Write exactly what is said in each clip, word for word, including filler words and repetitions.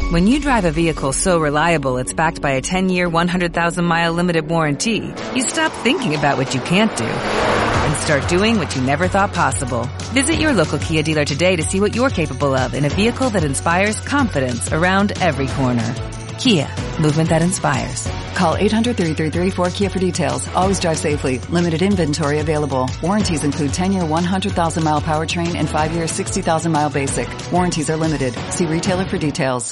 When you drive a vehicle so reliable it's backed by a ten-year, one hundred thousand mile limited warranty, you stop thinking about what you can't do and start doing what you never thought possible. Visit your local Kia dealer today to see what you're capable of in a vehicle that inspires confidence around every corner. Kia, movement that inspires. Call eight hundred, three three three, four K I A for details. Always drive safely. Limited inventory available. Warranties include ten-year, one hundred thousand mile powertrain and five-year, sixty thousand mile basic. Warranties are limited. See retailer for details.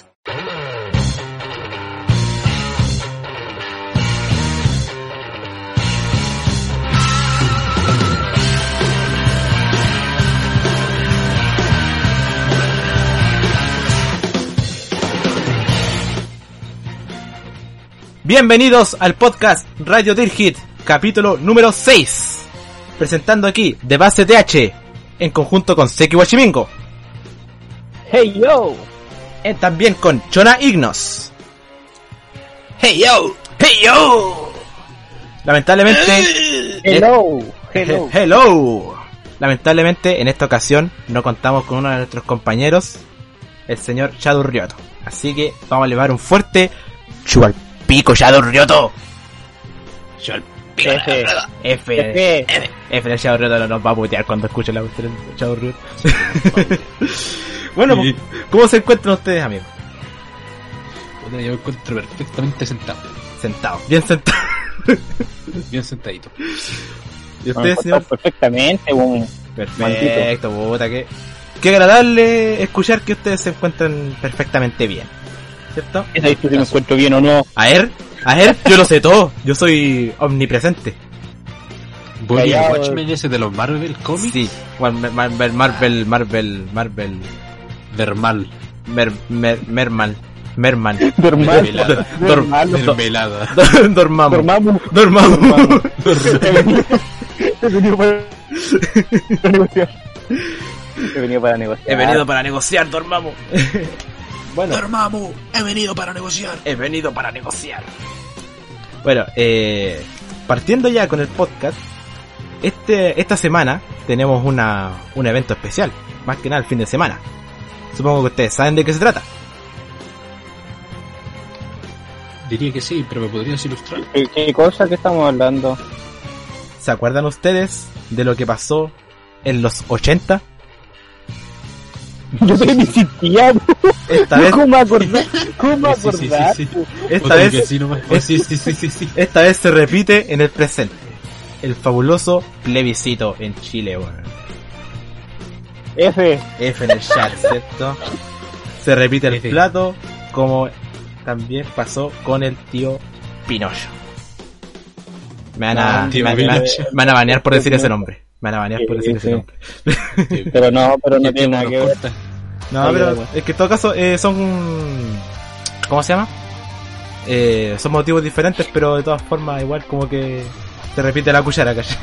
Bienvenidos al podcast Radio Dirhit, capítulo número seis. Presentando aquí de Base T H, en conjunto con Seki Washimingo. Hey yo. Y también con Chona Ignos. Hey yo. Hey yo. Lamentablemente. Hello. Hello. Hello. Lamentablemente en esta ocasión no contamos con uno de nuestros compañeros, el señor Shadow Ryoto. Así que vamos a elevar un fuerte chual pico Shadow Ryoto. F. F. F. F de Shadow Ryoto no nos va a putear cuando escuche la voz de Shadow Ryoto. Bueno, ¿cómo se encuentran ustedes, amigos? Yo me encuentro perfectamente sentado. Sentado, bien sentado. Bien sentadito. ¿Y ustedes, señor? Perfectamente, un perfecto, puta, que qué agradable escuchar que ustedes se encuentran perfectamente bien, ¿cierto? Esa es si me encuentro bien o no. A ver, a ver, yo lo sé todo, yo soy omnipresente. ¿Voy a Watchmen ese de los Marvel Comics? Sí, Marvel, Marvel, Marvel, Marvel, Marvel. Dermal. Mer, mer, mermal. Merman. Mermal. Mermelada. Dormamos. Dormamos. Dormamos. He venido para negociar. He venido para negociar. He venido para negociar, dormamos. Bueno. Dormamos. He venido para negociar. He venido para negociar. Bueno, eh, partiendo ya con el podcast, este esta semana tenemos una un evento especial, más que nada el fin de semana. Supongo que ustedes saben de qué se trata. Diría que sí, pero ¿me podrías ilustrar? ¿Qué, qué cosa que estamos hablando? ¿Se acuerdan ustedes de lo que pasó en los ochenta? Yo soy mi sitía. Esta vez. ¿Cómo acordar? ¿Cómo acordar? Sí, sí, sí, sí. Esta vez. Sí, no oh, sí, sí, sí, sí, sí. Esta vez se repite en el presente. El fabuloso plebiscito en Chile, bueno. F. F en el chat, ¿cierto? Se repite el F. plato, como también pasó con el tío Pinocho. Me van a, Ah, tío me, me, me van a banear por decir Sí, ese nombre. Me van a banear por decir sí, ese sí. nombre. Sí. Pero no, pero no ¿Qué tiene nada tiempo que nos ver. corta? No, Oye, pero bueno. es que en todo caso eh, son... ¿Cómo se llama? Eh, son motivos diferentes, pero de todas formas igual como que se repite la cuchara, ¿cachai?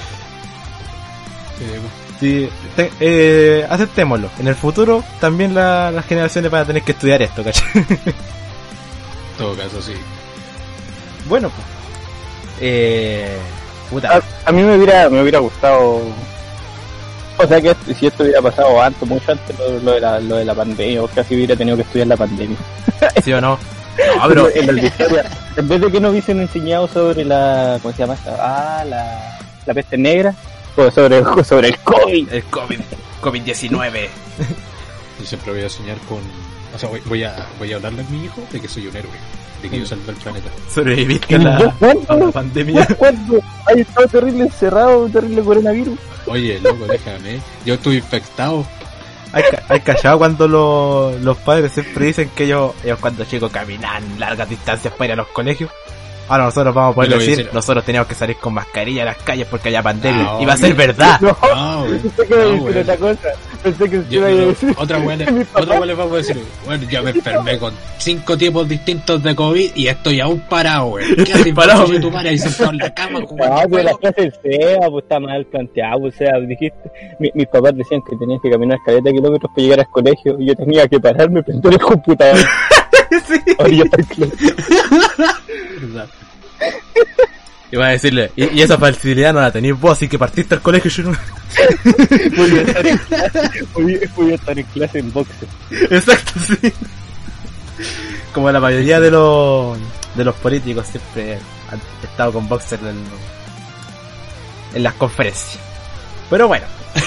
Sí, Sí, te, eh, aceptémoslo. En el futuro también la, las generaciones van a tener que estudiar esto, ¿cachai? en todo caso, sí. Bueno, pues. Eh, puta. A, a mí me hubiera, me hubiera gustado. O sea que si esto hubiera pasado antes, mucho antes, lo, lo, de, la, lo de la pandemia, o casi hubiera tenido que estudiar la pandemia. ¿Sí o no? No, pero. En la historia, en vez de que nos hubiesen enseñado sobre la. ¿Cómo se llama esta? Ah, la, la peste negra. O sobre, sobre el COVID. El COVID. COVID diecinueve. Yo siempre voy a soñar con... O sea, voy, voy a voy a hablarle a mi hijo de que soy un héroe. De que yo salvé el planeta. Sobreviviste a la, a la pandemia. ¿Cuándo? Hay estado terrible encerrado, un terrible coronavirus. Oye, loco, déjame. Yo estoy infectado. Hay, ca- hay callado cuando lo, los padres siempre dicen que ellos, ellos cuando chicos caminan largas distancias para ir a los colegios. Ahora nosotros vamos a poder Yo lo voy a decir, decir. nosotros teníamos que salir con mascarilla a las calles porque había pandemia. No, y va a ser no. verdad. No, No, güey. pensé que iba a No, decir güey. otra cosa. Pensé que Yo, iba a yo- decir. otra weá le, Mi papá- otra weá le vamos a decir, bueno, yo me enfermé con cinco tipos distintos de COVID y estoy aún parado, güey. ¿Qué Estoy haces, parado, parado, güey. tu madre ahí sentado en la cama jugando No, pero la juego? clase es fea, pues está mal planteado, o sea, dijiste, mi- mis papás decían que tenías que caminar caleta de kilómetros para llegar al colegio y yo tenía que pararme, prender el computador. Sí. Ahora ya está el clase. ¿Verdad? Y va a decirle, y, y esa facilidad no la tenéis vos, así que partiste al colegio. Yo no... Voy a estar en clase, voy, voy a estar en clase en boxeo. Exacto, sí. Como la mayoría de los de los políticos siempre han estado con boxer en, en las conferencias. Pero bueno.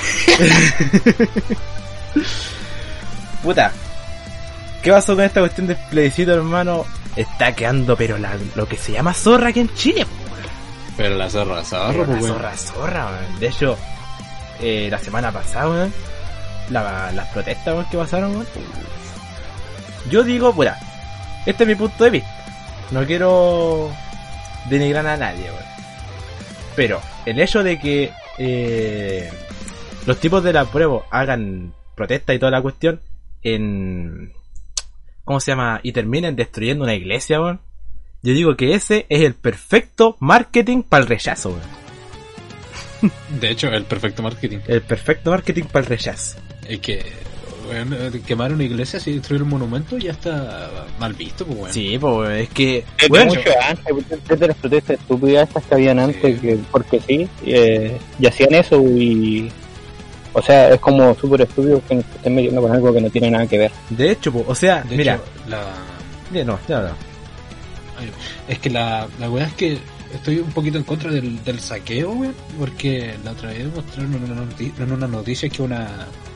Puta. ¿Qué pasó con esta cuestión del plebiscito, hermano? Está quedando, pero la, lo que se llama zorra aquí en Chile, po. Pero la zorra, zorra, Pero pues, la weón. zorra, zorra, weón. De hecho, eh, la semana pasada, weón, la, las protestas, weón, que pasaron, weón. Yo digo, pura, este es mi punto de vista. No quiero denigrar a nadie, weón. Pero el hecho de que eh, los tipos de la prueba hagan protesta y toda la cuestión en... ¿Cómo se llama? Y terminen destruyendo una iglesia, weón. Yo digo que ese es el perfecto marketing para el rechazo, weón. De hecho, el perfecto marketing. El perfecto marketing para el rechazo. Es que, weón, quemar una iglesia y destruir un monumento ya está mal visto, pues, weón. Sí, pues es que... Desde Bueno, mucho antes, desde las protestas estúpidas estas que habían antes, Sí. que porque sí, eh, y hacían eso y... O sea, es como súper estúpido que nos estén metiendo con algo que no tiene nada que ver. de hecho, pues, o sea, De mira... hecho, la... ya no, ya no. Ay, es que la, la weá es que estoy un poquito en contra del, del saqueo, weón, porque la otra vez mostraron en una noticia, en una noticia que una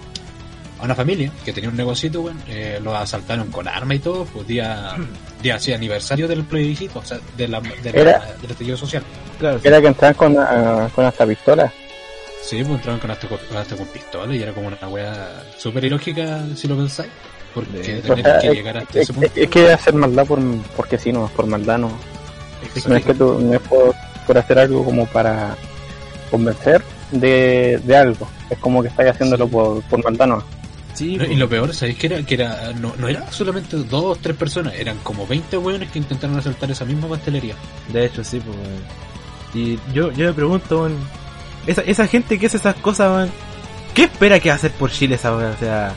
a una familia que tenía un negocito, weón, eh, lo asaltaron con arma y todo, pues día, día así, aniversario del plebiscito, o sea, de la, de la, Era- del estallido social. Claro, sí. Era que entraban con, ah, con hasta pistolas. Sí, pues entraron con hasta, con hasta con pistola y era como una weá súper ilógica si lo pensáis, porque De- tener O sea, que es, llegar hasta es- ese punto. es- es que hacer maldad por, porque sí, no, por maldad no. No es que tú, no es por, por hacer algo como para convencer de, de algo. Es como que estáis haciéndolo Sí. por, por maldad, no. Sí, No, pues. y lo peor, ¿sabéis que era? Que era no, no era solamente dos o tres personas, eran como veinte hueones que intentaron asaltar esa misma pastelería. De hecho, sí, pues, weón. Y yo, yo me pregunto, weón, esa, esa gente que hace esas cosas, weón, ¿qué espera que va a hacer por Chile esa weón? O sea,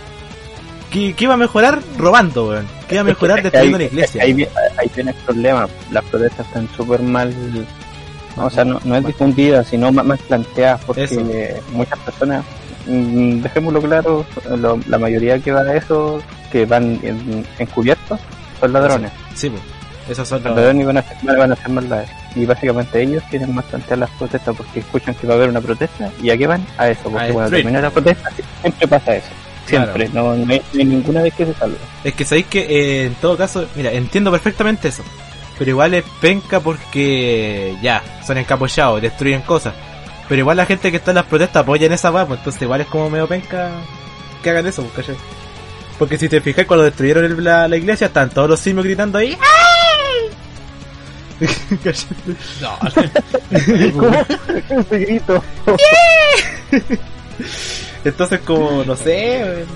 ¿qué, qué va a mejorar robando, weón? ¿Qué va a mejorar Es que destruyendo ahí- una iglesia? Ahí, vi- ahí tiene el problema. Las protestas están súper mal. O sea, no, no es difundida, sino más, más planteadas, porque Eso. muchas personas, mm, dejémoslo claro, lo- la mayoría que va a eso, que van en- encubiertos, son ladrones. Sí, pues, esos son Los los... ladrones van a hacer, van a hacer maldades. Y básicamente ellos tienen más planteadas las protestas porque escuchan que va a haber una protesta y a qué van a eso, porque A cuando destruir. termina la protesta siempre pasa eso. Siempre, no, no hay, no hay ninguna vez que se salve. Es que sabéis que eh, en todo caso, mira, entiendo perfectamente eso. Pero igual es penca porque ya, son encapuchados, destruyen cosas. Pero igual la gente que está en las protestas apoya en esa weá, pues entonces igual es como medio penca que hagan eso, pues, ¿cachai? Porque si te fijas, cuando destruyeron el- la, la iglesia, estaban todos los simios gritando ahí. ¿Cachai? No, Ese grito. Entonces como, no sé, weón.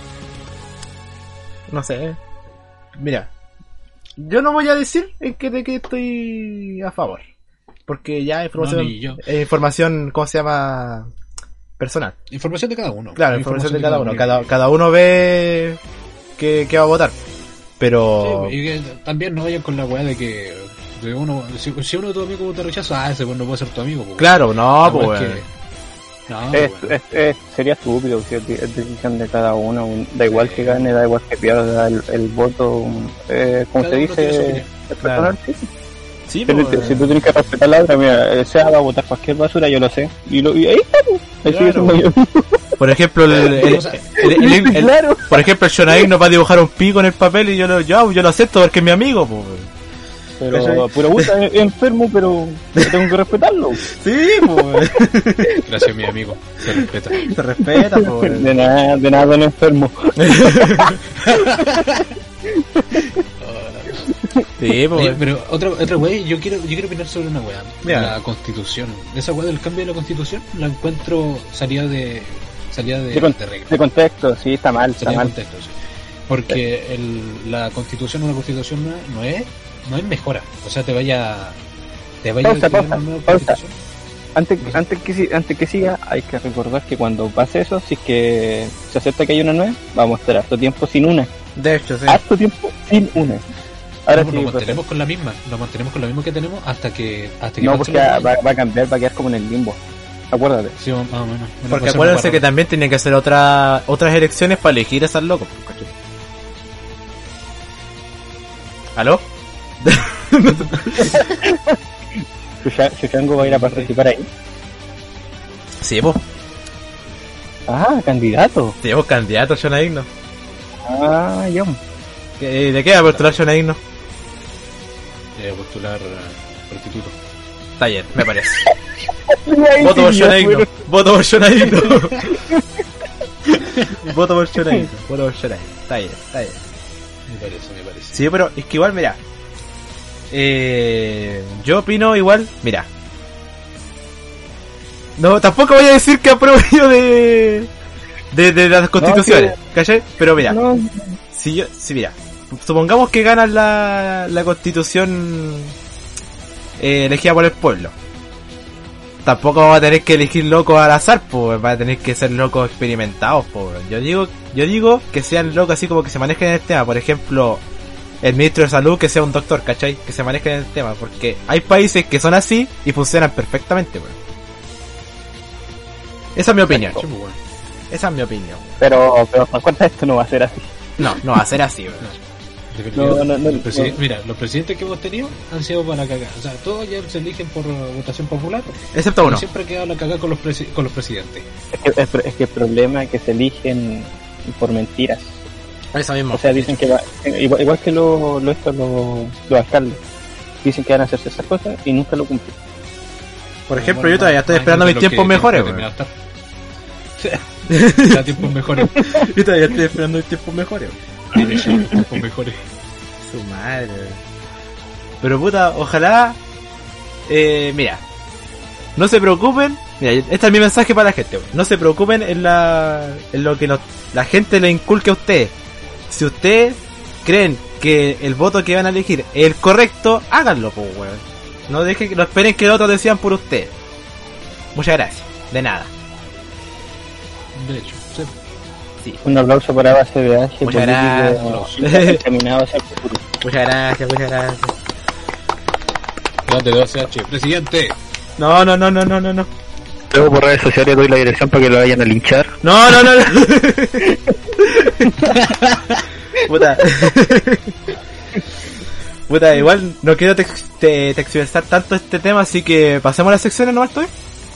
No sé. Mira, yo no voy a decir en qué de qué estoy a favor. Porque ya es información, No, ni yo. es información, ¿cómo se llama? Personal. información de cada uno. Claro, información de cada uno. Cada, cada uno ve qué, qué va a votar. Pero... Sí, y que también no vayan con la weá de que de uno, si, si uno de tus amigos te rechaza, ah, ese weón no puede ser tu amigo. Po. Claro, no, La pues weá es weón. que- No, Es, weón. es, es- sería estúpido, si es, de- es decisión de cada uno. un- Da igual que gane, da igual que pierda el, el voto. Eh, como Cada se uno tiene su dice, opinión. es personal, sí. Sí, Pero pues, si tú tienes que respetar la otra, mira, el S E A va a votar cualquier basura, yo lo sé. Y, lo, y ahí está, pues. Ahí sigue Claro. siendo yo. por ejemplo, el, el- el- el- el- el- Claro. por ejemplo, el Shonaik nos va a dibujar un pico en el papel y yo lo, yo, yo lo acepto porque es mi amigo, pues. Pero, pero puta, es enfermo, pero yo tengo que respetarlo. Sí, pues. Gracias, mi amigo. Se respeta. Se respeta, pues. De nada, de nada, don enfermo. Sí, Oye, pues. pero otra, otra weá, yo quiero, yo quiero opinar sobre una weá. Ya. La constitución. Esa weá del cambio de la constitución la encuentro salida de salida de, De, con- de regla. de contexto, sí, está mal, está Salida de mal. contexto, sí. Porque el, la constitución una constitución nueva no es, no es mejora. O sea, te vaya, te vaya Pausa, a crear pausa, una nueva pausa. constitución. Antes, antes, que, si- antes que siga, hay que recordar que cuando pase eso, si es que se acepta que hay una nueva, vamos a estar harto tiempo sin una. De hecho, sí. Harto tiempo sin una. Ahora No, sí, nos pues, mantenemos con la misma, nos mantenemos con la misma que tenemos hasta que hasta que no, pase porque la- va, va a cambiar, va a quedar como en el limbo. Acuérdate. Sí, más o menos. Una Porque cosa acuérdense más que rara. también tienen que hacer otra, otras elecciones para elegir a esas locos, ¿cachai? ¿Aló? ¿Chuchango va a ir a participar ahí? Sí, vos. Ah, candidato. Sí, vos candidato, Jonah Igno. Ah, yo. ¿De qué va a postular Jonah Igno? Eh, postular uh, prostituto. Está bien, me parece. Voto por Jonah Igno. Voto por Jonah Igno. Voto por Jonah Igno. Voto por Jonah Igno. Está bien, está bien. Me parece, me parece. Sí, pero es que igual, mira. Eh, yo opino igual, mira. No, tampoco voy a decir que apruebo yo de, de, de las constituciones, no, sí. ¿Cachai? Pero mira, no. si yo, si mira, supongamos que ganan la, la constitución eh, elegida por el pueblo. Tampoco vamos a tener que elegir locos al azar, pues va a tener que ser locos experimentados, pues. Yo digo, yo digo que sean locos así como que se manejen en el tema, por ejemplo, el ministro de salud que sea un doctor, ¿cachai? Que se manejen en el tema, porque hay países que son así y funcionan perfectamente, pues. Esa es mi opinión. Esa es mi opinión. Pero, pero en cuenta esto no va a ser así. No, no va a ser así, bro. No, no, no, los presiden- no. Mira, los presidentes que hemos tenido han sido para cagar. O sea, todos ya se eligen por votación popular. Excepto uno. Siempre ha quedado la cagada con los, presi- con los presidentes. Es que, es, es que el problema es que se eligen por mentiras. Eso mismo. O sea, dicen que va, igual, igual que lo, lo esto, lo, los alcaldes. Dicen que van a hacerse esas cosas y nunca lo cumplen. Por ejemplo, bueno, yo todavía estoy esperando mis tiempos mejores, güey. Ya tiempos mejores. Yo todavía estoy esperando mis tiempos mejores. Tiempos mejores. Su madre. Pero puta, ojalá. Eh, mira. No se preocupen. Mira, este es mi mensaje para la gente. Güey. No se preocupen en la en lo que nos, la gente le inculque a ustedes. Si ustedes creen que el voto que van a elegir es el correcto, háganlo, pues, weón. No dejen que no esperen que los otros decidan por ustedes. Muchas gracias. De nada. De hecho, sí. Sí. Un aplauso para base de H. Muchas gracias. Caminado hacia el futuro. Muchas gracias, muchas gracias. Grande doce H, presidente. No, no, no, no, no, no, no. Luego por redes sociales doy la dirección para que lo vayan a linchar. No, no, no, no. Puta. Puta, igual no quiero te, te, textualizar tanto este tema, así que pasemos a las secciones nomás, ¿tú?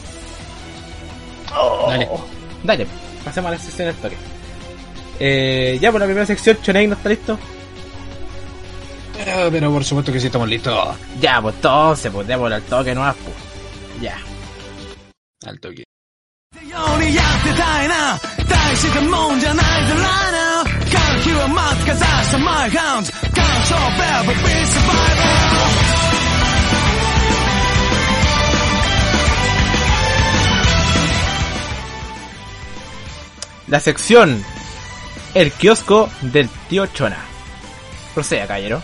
Oh. Dale. Dale, pasemos a las secciones toque. Eh, ya por la primera sección, Chonei no está listo. Pero, pero por supuesto que sí estamos listos. Ya, pues entonces, pues démosle al toque nomás, pues. Ya. Al toque. La sección El kiosco del tío Chona. Proceda, caballero.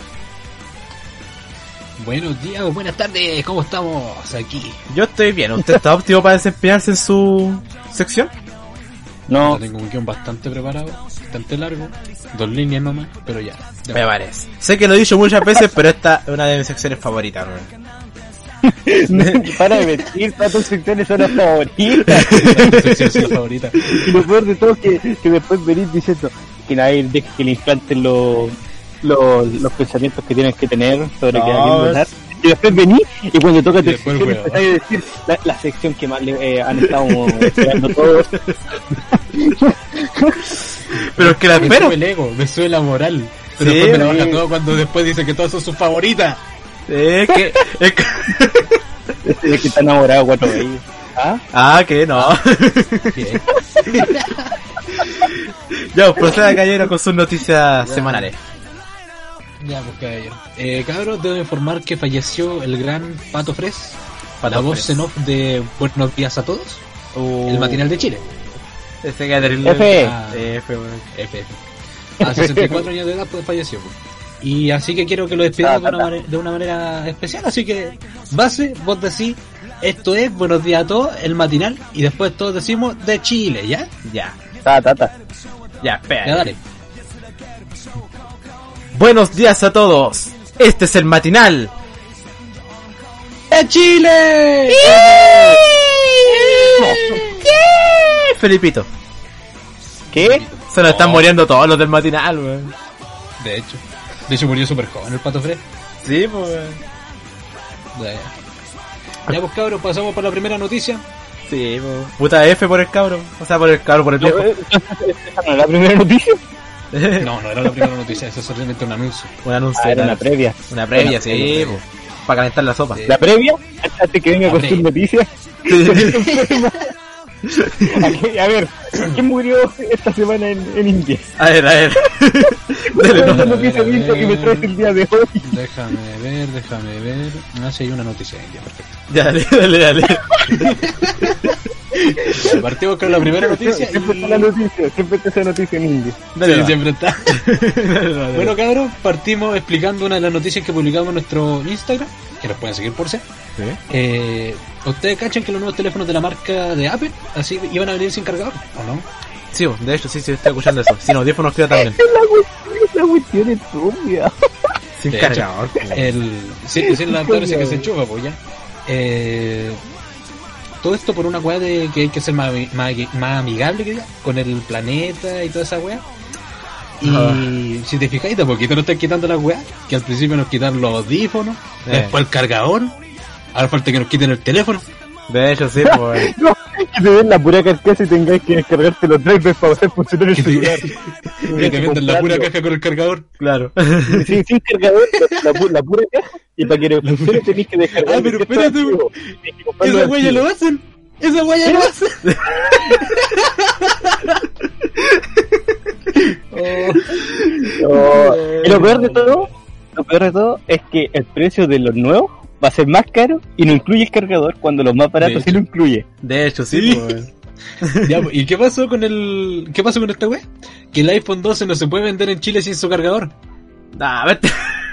Buenos días, buenas tardes, ¿cómo estamos aquí? Yo estoy bien, ¿usted está óptimo para desempeñarse en su sección? No. Yo tengo un guión bastante preparado, bastante largo, dos líneas nomás, pero ya. ya Me parece. Sé que lo he dicho muchas veces, pero esta es una de mis secciones favoritas, ¿no? Para de mentir, todas tus secciones son las favoritas. Tus secciones son las favoritas. Y lo peor de todo es que, que después venís diciendo que nadie deje que le implanten los, los, los pensamientos que tienes que tener sobre no, que alguien votar. Y después venís y cuando toca tu sección bueno. empezás a decir la, la sección que más le eh, han estado esperando todos. Pero es que la me espero. Me sube el ego, me sube la moral. Pero Sí, después me la sí. baja todo cuando después dice que todas son sus favoritas. Es que... Es que... Este es que está enamorado cuatro veces. ¿Ah? Ah, que no. Bien. Ya, pues proceda, caballero, con sus noticias Ya. semanales. Ya, pues caballero. Eh, cabros, debo informar que falleció el gran Pato Fres, Pato la voz Fres. en off de Buenos Días a Todos, Uh, el matinal de Chile. Ese que terrible. F. Ah, F, weón. F, F. A sesenta y cuatro años de edad pues falleció. Pues. Y así que quiero que lo despidamos de, una manera, de una manera especial. Así que, base, vos decís, esto es Buenos Días a Todos, el matinal, y después todos decimos de Chile, ¿ya? Ya, Ta, ta, ta. ya, espera. Ya, dale. Buenos días a todos. Este es el matinal. ¡De Chile! ¿Qué? Felipito. ¿Qué? Se nos están muriendo todos los del matinal, weón. De hecho. De hecho murió súper joven el Pato Fred. Sí, pues. Ya, ya pues cabros, pasamos por la primera noticia. Sí, pues. Puta F por el cabro. O sea, por el cabro, por el viejo. ¿Esa no es la primera noticia? No, no era la primera noticia, eso es solamente un anuncio. Un anuncio. Ah, era una previa. Una previa, Una sí, previa. pues. Para calentar la sopa. Sí. ¿La previa? Antes que venga La con previa. sus noticias. Aquí, a ver, ¿quién murió esta semana en, en India? A ver, a ver. Dale, ¿Cuál es la no. noticia a ver, India que me traes el día de hoy? Déjame ver, déjame ver. Ah, sí, hay una noticia ya, perfecto. Ya, dale, dale, dale. Partimos con la primera noticia. Siempre y- está la noticia, siempre está esa noticia en India. Dale, Sí, va. siempre está. Dale, dale. Bueno, cabros, partimos explicando una de las noticias que publicamos en nuestro Instagram, que nos pueden seguir por si. ¿Sí? Eh, ¿Ustedes cachan que los nuevos teléfonos de la marca de Apple así iban a venir sin cargador? ¿O no? Sí, pues, de hecho, sí, sí, estoy escuchando eso. Sin audífonos creo también. La cuestión es turbia. Sin De cargador. pues. El, sin, sin el adaptador ese que se enchufa, pues ya. Eh, todo esto por una weá de que hay que ser más, más, más amigable que diga, con el planeta y toda esa weá. Y Ah. si te fijáis, de a poquito nos están quitando la weá, que al principio nos quitaron los audífonos, Eh. después el cargador, ahora falta que nos quiten el teléfono. De hecho, sí, pues. No, que te den la pura carcasa y tengáis que descargarte los drivers para hacer funcionar el Que te, celular. que te venden la pura caja con el cargador. Claro. Sin, sin cargador, la, pu- la pura caja, y para que le funcione tenéis que descargar. Ah, pero espérate, Esa weá ya lo hacen. Esa weá ya lo hacen. Oh, y lo peor de todo, lo peor de todo es que el precio de los nuevos va a ser más caro y no incluye el cargador cuando los más baratos sí hecho. lo incluye. De hecho, sí, Sí. pues. Ya, ¿y qué pasó con el qué pasó con esta weá? Que el iPhone doce no se puede vender en Chile sin su cargador. Ah, vete.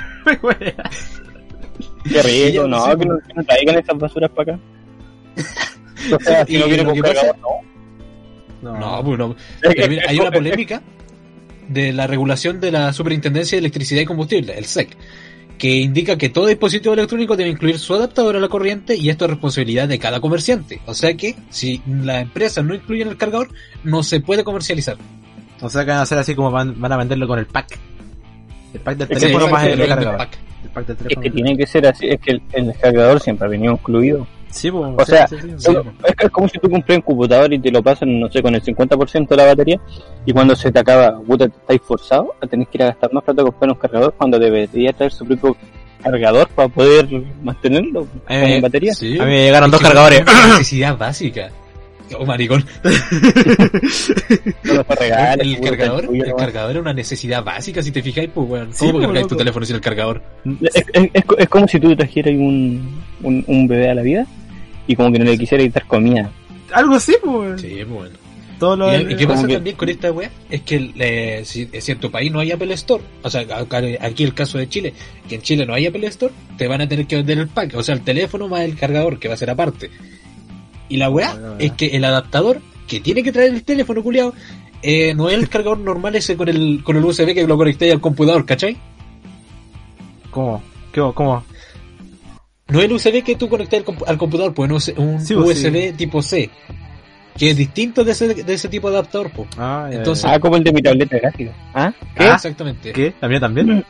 Qué rico, Ya, no, sí, que no, que no traigan esas basuras para acá. O sea, Sí, si no y viene lo con que pasa- cargador, no. No, pues no. Es Pero que- mira, hay una polémica de la regulación de la Superintendencia de Electricidad y Combustible, el S E C, que indica que todo dispositivo electrónico debe incluir su adaptador a la corriente y esto es responsabilidad de cada comerciante. O sea que si la empresa no incluye el cargador, no se puede comercializar. O sea que van a hacer así como van, van a venderlo con el pack. El pack del Es que teléfono sí, más sí, el sí, cargador. pack. El pack del Es teléfono. que tiene que ser así, es que el, el cargador siempre ha venido incluido. Sí, pues. O sea, sí, sí, sí. Sí, Bueno, es, que es como si tú compras un computador y te lo pasan, no sé, con el cincuenta por ciento de la batería y cuando se te acaba, puta, te estáis forzado a tener que ir a gastar más plata a comprar un cargador cuando debería traer su propio cargador para poder mantenerlo Eh, con batería. Sí. A mí me llegaron Es dos que cargadores. es una necesidad básica. Oh, maricón. No lo puedes regalar, El puta, cargador, tuyo el nomás. cargador es una necesidad básica, si te fijáis, pues bueno, Sí, ¿cómo que pues, cargáis tu loco. teléfono sin el cargador? Es, es, es, es como si tú trajeras un, un, un bebé a la vida y como que no le quisieras dar comida. Algo así, pues. Sí, pues bueno. Todo lo ¿Y, y qué como pasa que- también con esta wea? Es que eh, si, si en tu país no hay Apple Store, o sea, acá- aquí el caso de Chile, que en Chile no hay Apple Store, te van a tener que vender el pack, o sea, el teléfono más el cargador, que va a ser aparte. Y la wea Bueno, es que el adaptador que tiene que traer el teléfono, culiao, eh, no es el cargador normal ese con el, con el U S B que lo conectáis al computador, ¿cachai? ¿Cómo? ¿Qué, ¿Cómo? No es el U S B que tú conectas al, compu- al computador, pues no es un Sí, pues, U S B tipo C, que es distinto de ese, de ese tipo de adaptador, pues. Ah, ya, Entonces- Ah, como el de mi tableta gráfica. ¿Ah? ¿Qué? Ah. Exactamente. ¿Qué? ¿La mía también?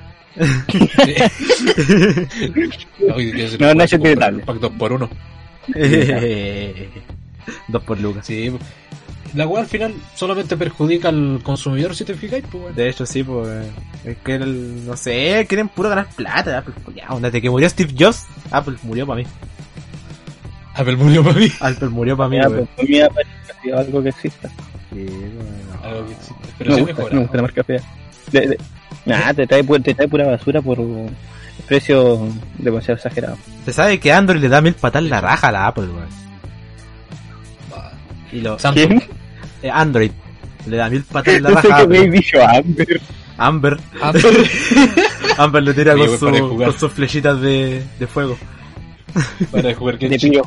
Ay, Dios, No, puedes Nacho tiene comprar tablet. un pack dos por uno. Dos por lucas. Sí, la weá al final solamente perjudica al consumidor si te fijáis, pues bueno. De hecho, sí, pues. Es que el, no sé, quieren puro ganar plata. Apple, culiao. Desde que murió Steve Jobs, Apple murió para mí. Apple murió para mí. Apple murió para mí, Ya, güey. pues, pues, mira, parece algo que exista. Sí, bueno. Algo que existe. Pero Me sí gusta, mejora. me gusta la marca fea. De, de, nah, te trae, pu- te trae pura basura por precio demasiado exagerado. Se sabe que Android le da mil patas en la raja a la Apple, güey. Y lo, Samsung. ¿Quién? eh, Android le da mil patas en la No sé raja a qué me Apple. he dicho Amber. Amber. Apple. Amber lo tira Oye, con, güey, su, para de jugar. con sus flechitas de, de fuego. Para jugar que De pío.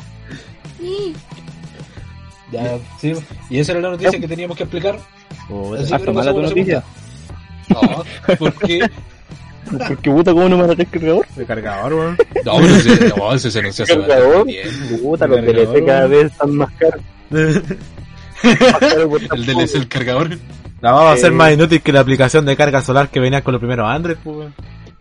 Ya, sí. Y esa era la noticia que teníamos que explicar. Puta. Así Hasta que mala tu pasamos a la noticia. segunda. No, porque. Porque puta, ¿cómo no me anoté el cargador? De cargador, weón. No, pero se, no, ese se anunció hace ¿Cargador? bastante tiempo. Puta, los Cargador, D L C cada vez están más caros. Más caros por El D L C, el cargador. La vamos a hacer Eh. más inútil que la aplicación de carga solar que venía con los primeros Android, pues, weón.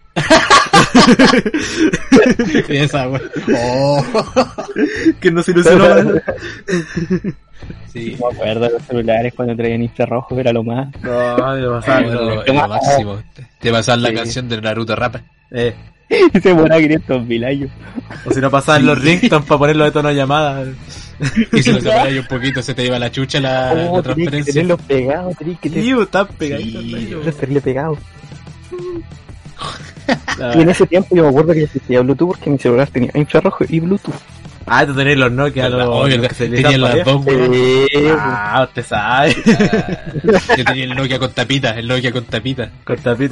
Esa, weón. Oh. Que nos ilusionó. weón. Sí. No me acuerdo de los celulares cuando traían infrarrojo, era lo más. No, me Ah, pasaba, era no. lo, era lo máximo. Te pasaban la Sí. canción de Naruto Rapa. Eh, Y se demoraba quinientos mil años. o si no pasaban los ringtones para ponerlo de tono de llamada. Y si lo separáis un poquito se te iba la chucha la, Oh, la tenías que transferencia. tenerlos pegados, tenías que Tío, están pegaditos. Sí, tío. tenerlos tenerle pegados. Ah, Y en ese tiempo yo me acuerdo que existía Bluetooth porque mi celular tenía infrarrojo y Bluetooth. Ah, tú tenés los Nokia, los, Obvio, los que se tenía deslizan para las allá. dos, weón. Eh, Ah, usted sabe. Ah, yo tenía el Nokia con tapita, el Nokia con tapita. Con tapita.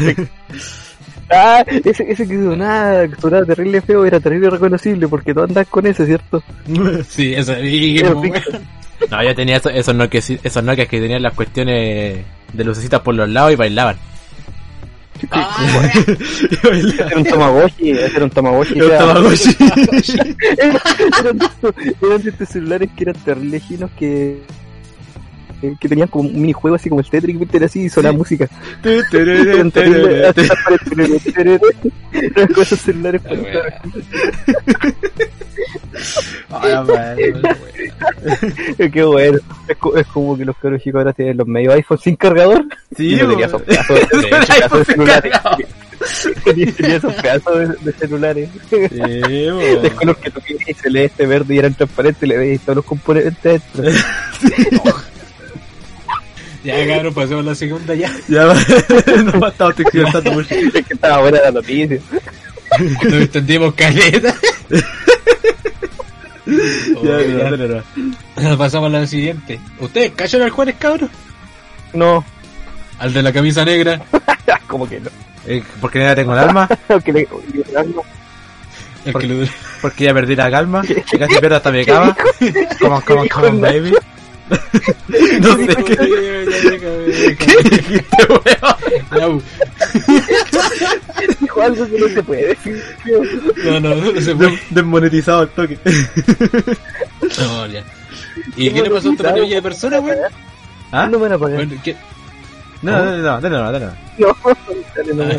Ah, ese, ese que sonaba, que sonaba terrible feo, era terrible reconocible porque tú andas con ese, ¿cierto? Sí, esa y, Pero weón. No, yo tenía esos, esos Nokia, esos Nokia que tenían las cuestiones de lucecitas por los lados y bailaban. Ah, Y bailaban. Era un Tamagotchi, ese era un Tamagotchi. Yo era- estaba Gucci. eran, de estos, eran de estos celulares que eran terribles ginos que que tenían como un minijuego así como el Tetris, que era así y sonaba música. Eran terribles, eran con esos celulares la para wea. Ay, madre. Qué bueno. Es, co- es como que los cabros chicos ahora tienen los medios iPhone sin cargador. Sí, Y no tenía weón. esos pedazos de, Era esos pedazos iPhone de sin celulares. cargador. Tenía, tenía esos pedazos de, de celulares. Sí, De weón. color que tú querías, celeste, verde y eran transparentes, le veis todos los componentes dentro. Ya, cabrón, pasemos a la segunda ya. Ya, no me estaba texturizando mucho. Es que estaba buena la noticia. Nos entendimos caleta. Ya, Oh, ya, ya. dale, no. Pasamos a la siguiente. ¿Ustedes callan al Juárez, cabrón? No, Al de la camisa negra. como que no. Eh, porque ya tengo el alma, Que le, Leonardo, El Por- que lo... porque ya perdí la calma, que casi pierdo hasta mi cama. Come on, come on, come on, baby. No sé qué. ¿Qué dijiste, weón? dijo algo que no se puede decir. No, no, no se puede. Des- Desmonetizado el toque. No, ya. ¿Y qué le pasó a otra categoría de personas, weón? ¿Ah? No me van a pagar. Bueno, ¿qué? No, no, no, dale no, dale no. No, dale, no.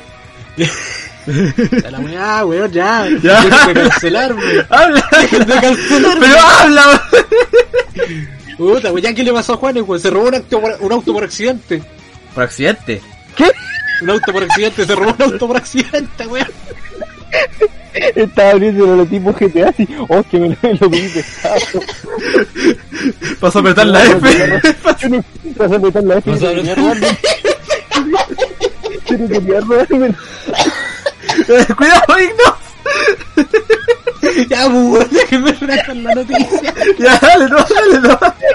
A la weá, weón, ya. Ya. Dejen de cancelar, weón. ¡Habla! Dejen de cancelar, ¡Pero habla! weón. Puta, weón, ya, ¿qué le pasó a Juanes, weón? Se robó un auto por, un auto por accidente. Por accidente. Un auto por accidente, se robó un auto por accidente, weón. Estaba abriendo el tipo G T A así. Oh, que me lo, lo vi pesado. Pasó a apretar la F. Yo no pasó a meter la F. Pasó a Yo apretar- no quería robarme. Yo no quería robarme. Cuidado, Igno. Ya, pues, weón, déjenme redactar la noticia. Ya, dale, no, dale, no.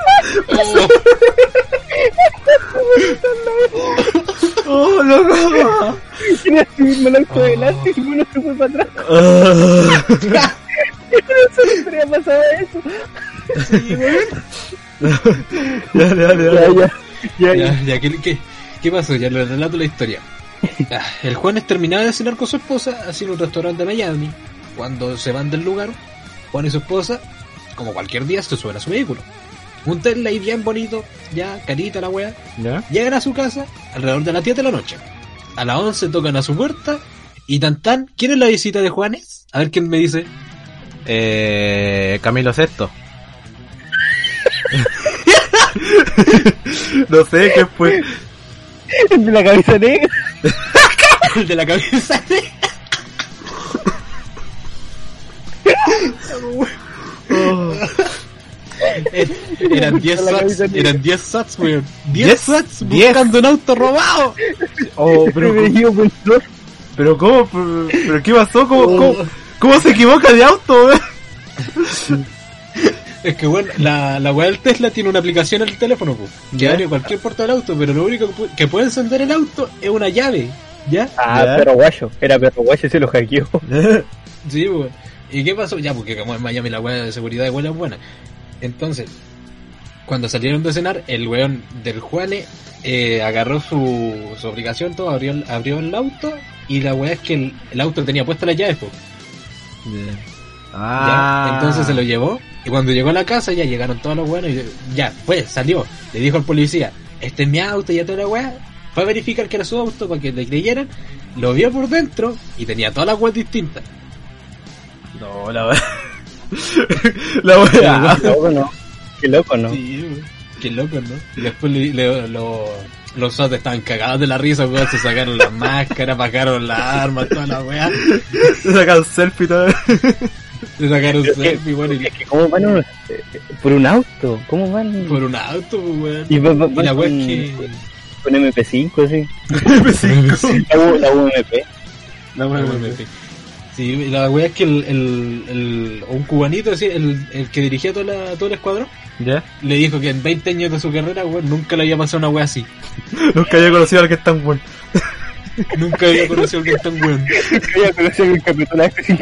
Oh. Oh, loco. Quería subirme el auto adelante y uno se fue para atrás. Ah. No siempre ha pasado eso. Sí, weón. Dale, dale, Ya, dale. ya. Ya, ya. Ya, ya, ¿qué, qué, qué pasó? Ya le relato la historia. Ah, El Juanes terminaba de cenar con su esposa, así en un restaurante de Miami. Cuando se van del lugar, Juan y su esposa, como cualquier día, se suben a su vehículo. Un Tesla ahí bien bonito, ya, carita la wea. ¿Ya? Llegan a su casa alrededor de las diez de la noche. A las once tocan a su puerta y tan tan, ¿quién es la visita de Juanes? A ver quién me dice. Eh, Camilo Sexto. No sé qué fue. El de la cabeza negra. El de la cabeza. Oh. Eh, Eran diez La sats, cabeza negra. eran diez sats, weón. ¿Diez? diez sats ¿Diez? buscando un auto robado. Oh, Pero pero, me dio por dos. pero ¿cómo? ¿Pero, pero qué pasó? ¿Cómo, cómo, cómo se equivoca de auto, weón? Es que bueno, la, la weá del Tesla tiene una aplicación en el teléfono, pues, que Ya. abre cualquier puerta del auto, pero lo único que, pu- que puede encender el auto es una llave, ¿ya? Ah, Ya. perro guayo. Era perro guayo, se lo hackeó. Sí, pues. ¿Y qué pasó? Ya, porque como en Miami la weá de seguridad igual es buena. Entonces, cuando salieron de cenar, el weón del Juane eh, agarró su, su aplicación, todo, abrió, el- abrió el auto, y la weá es que el, el auto tenía puesta la llave, pues. Ah. ¿Ya? Entonces se lo llevó y cuando llegó a la casa ya llegaron todos los buenos y ya, pues salió. Le dijo al policía, este es mi auto y ya toda la weá. Fue a verificar que era su auto para que le creyeran. Lo vio por dentro y tenía todas las weas distintas. No, la weá. La weá. Qué loco, ¿no? Qué loco, ¿no? Sí, weón. Qué loco, ¿no? Y después le, le, lo, los SWAT estaban cagados de la risa, weón. Se sacaron las máscaras, bajaron las armas, toda la weá. Se sacaron selfie y todo. Se sacaron Pero selfie, weón. Y... Es que ¿cómo van unos, eh, por un auto? ¿Cómo van? Por un auto, weón. Y, va, va, Y la weá con, es que... con eme pe cinco, sí. eme cinco. La, U- la U M P. La weá. Sí, la weá es que el, el, el, un cubanito, así, el, el que dirigía toda la, todo el escuadrón, ¿Ya? le dijo que en veinte años de su carrera, weón, nunca le había pasado una weá así. Nunca había conocido a alguien tan bueno. Nunca había conocido a alguien tan weón. Que ya conocí a mi capitán F cinco.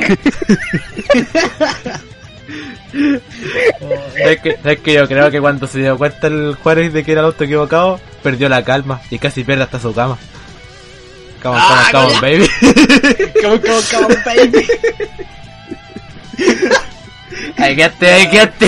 Es que, es que yo creo que cuando se dio cuenta el Juárez de que era el auto equivocado, perdió la calma y casi pierde hasta su cama. Come on, Ah, come on, come on, baby. Come on, come on, come on, baby. Ahí quédate, ahí quédate.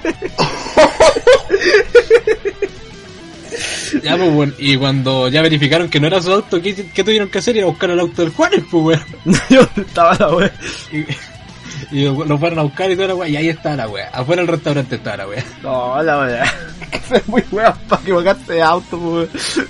Ya, pues, bueno, y cuando ya verificaron que no era su auto, ¿qué, qué tuvieron que hacer? Ir a buscar el auto del Juárez, pues, weón. Yo estaba la wea. Y, y lo, lo fueron a buscar y toda la weá, y ahí estaba la weá. Afuera del restaurante estaba la weá. No, la wea. Que fue muy wea para equivocarse de auto, pues.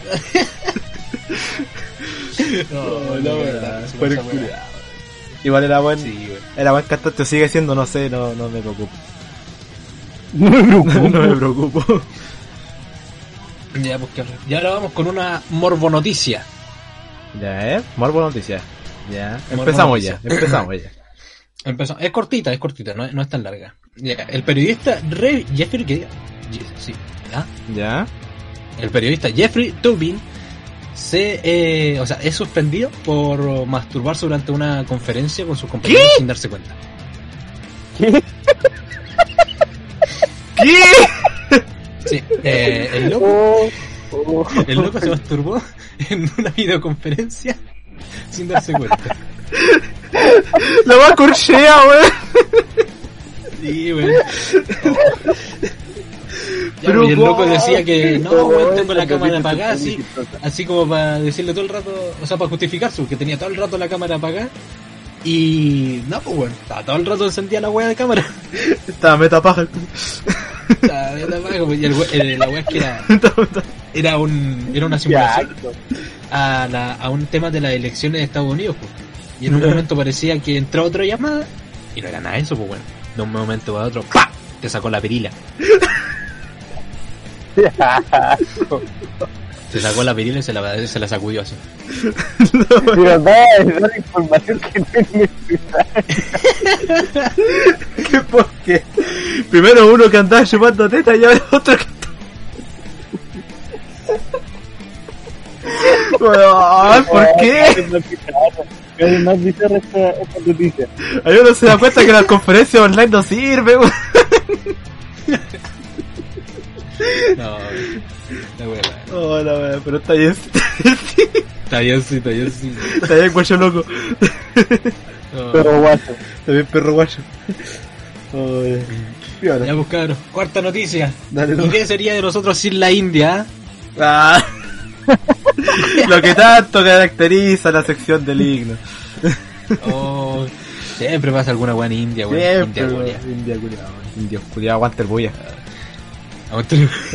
No, la wea. verdad, Fue esa el weá. culiao. Igual era buen, Sí, weón. era buen cantante, sigue siendo, no sé, no, no me preocupo. No me No, preocupo. me preocupo. Ya, pues, Carlos. Y ahora vamos con una morbonoticia. Ya, eh, morbo noticias. Ya, Morbo empezamos noticia. ya, empezamos ya. Empezamos. Es cortita, es cortita, no, es- no es tan larga. Ya, el periodista Re- Jeffrey... ¿qué? Ye- sí, ¿ah? Ya, El periodista Jeffrey Toobin se, eh, o sea, es suspendido por masturbarse durante una conferencia con sus compañeros sin darse cuenta. ¿qué? Sí, eh, el loco, Oh, oh. el loco se masturbó en una videoconferencia sin darse cuenta. La va a corchea, weón. Sí, weón. Ya, Pero, y el loco wow, decía que no, Oh, weón, tengo la esta cámara noticia apagada, está muy así, chistosa. así como para decirle todo el rato, o sea, para justificarse, porque tenía todo el rato la cámara apagada. Y no, pues weón, estaba todo el rato encendida la wea de cámara. Estaba meta paja. Estaba bien apagada, pues, y el, we- el- la wea es que era, era un, era una Ya, simulación a, la, a un tema de las elecciones de Estados Unidos, pues. Y en un momento parecía que entró otra llamada y no era nada de eso, pues bueno. De un momento a otro, ¡pah! Te sacó la perila. Se sacó la perila y se la, se la sacudió así. Pero da, es la información que no es necesaria. ¿Qué por qué? Primero uno que andaba chupando teta y ahora otro que... Weón, ¿por qué? Es más bizarra, es más bizarra esta, esta noticia. Ahí uno se da cuenta que la conferencia online no sirve, weón. No, la wea, la- Oh, la wea, pero está bien. está bien, sí, está bien, sí. Está bien, guacho loco. No. Pero guacho. Está bien, perro guacho. Oh, ya. Piola. Ya, pues cabros, cuarta noticia. Dale, ¿Y no. qué sería de nosotros sin la India? Ah. Lo que tanto caracteriza la sección del himno. Oh, siempre pasa alguna buena India, weón. Siempre, India, weón. culia. India culiao, weón. India culiao, aguanta el bulla. Aguanta.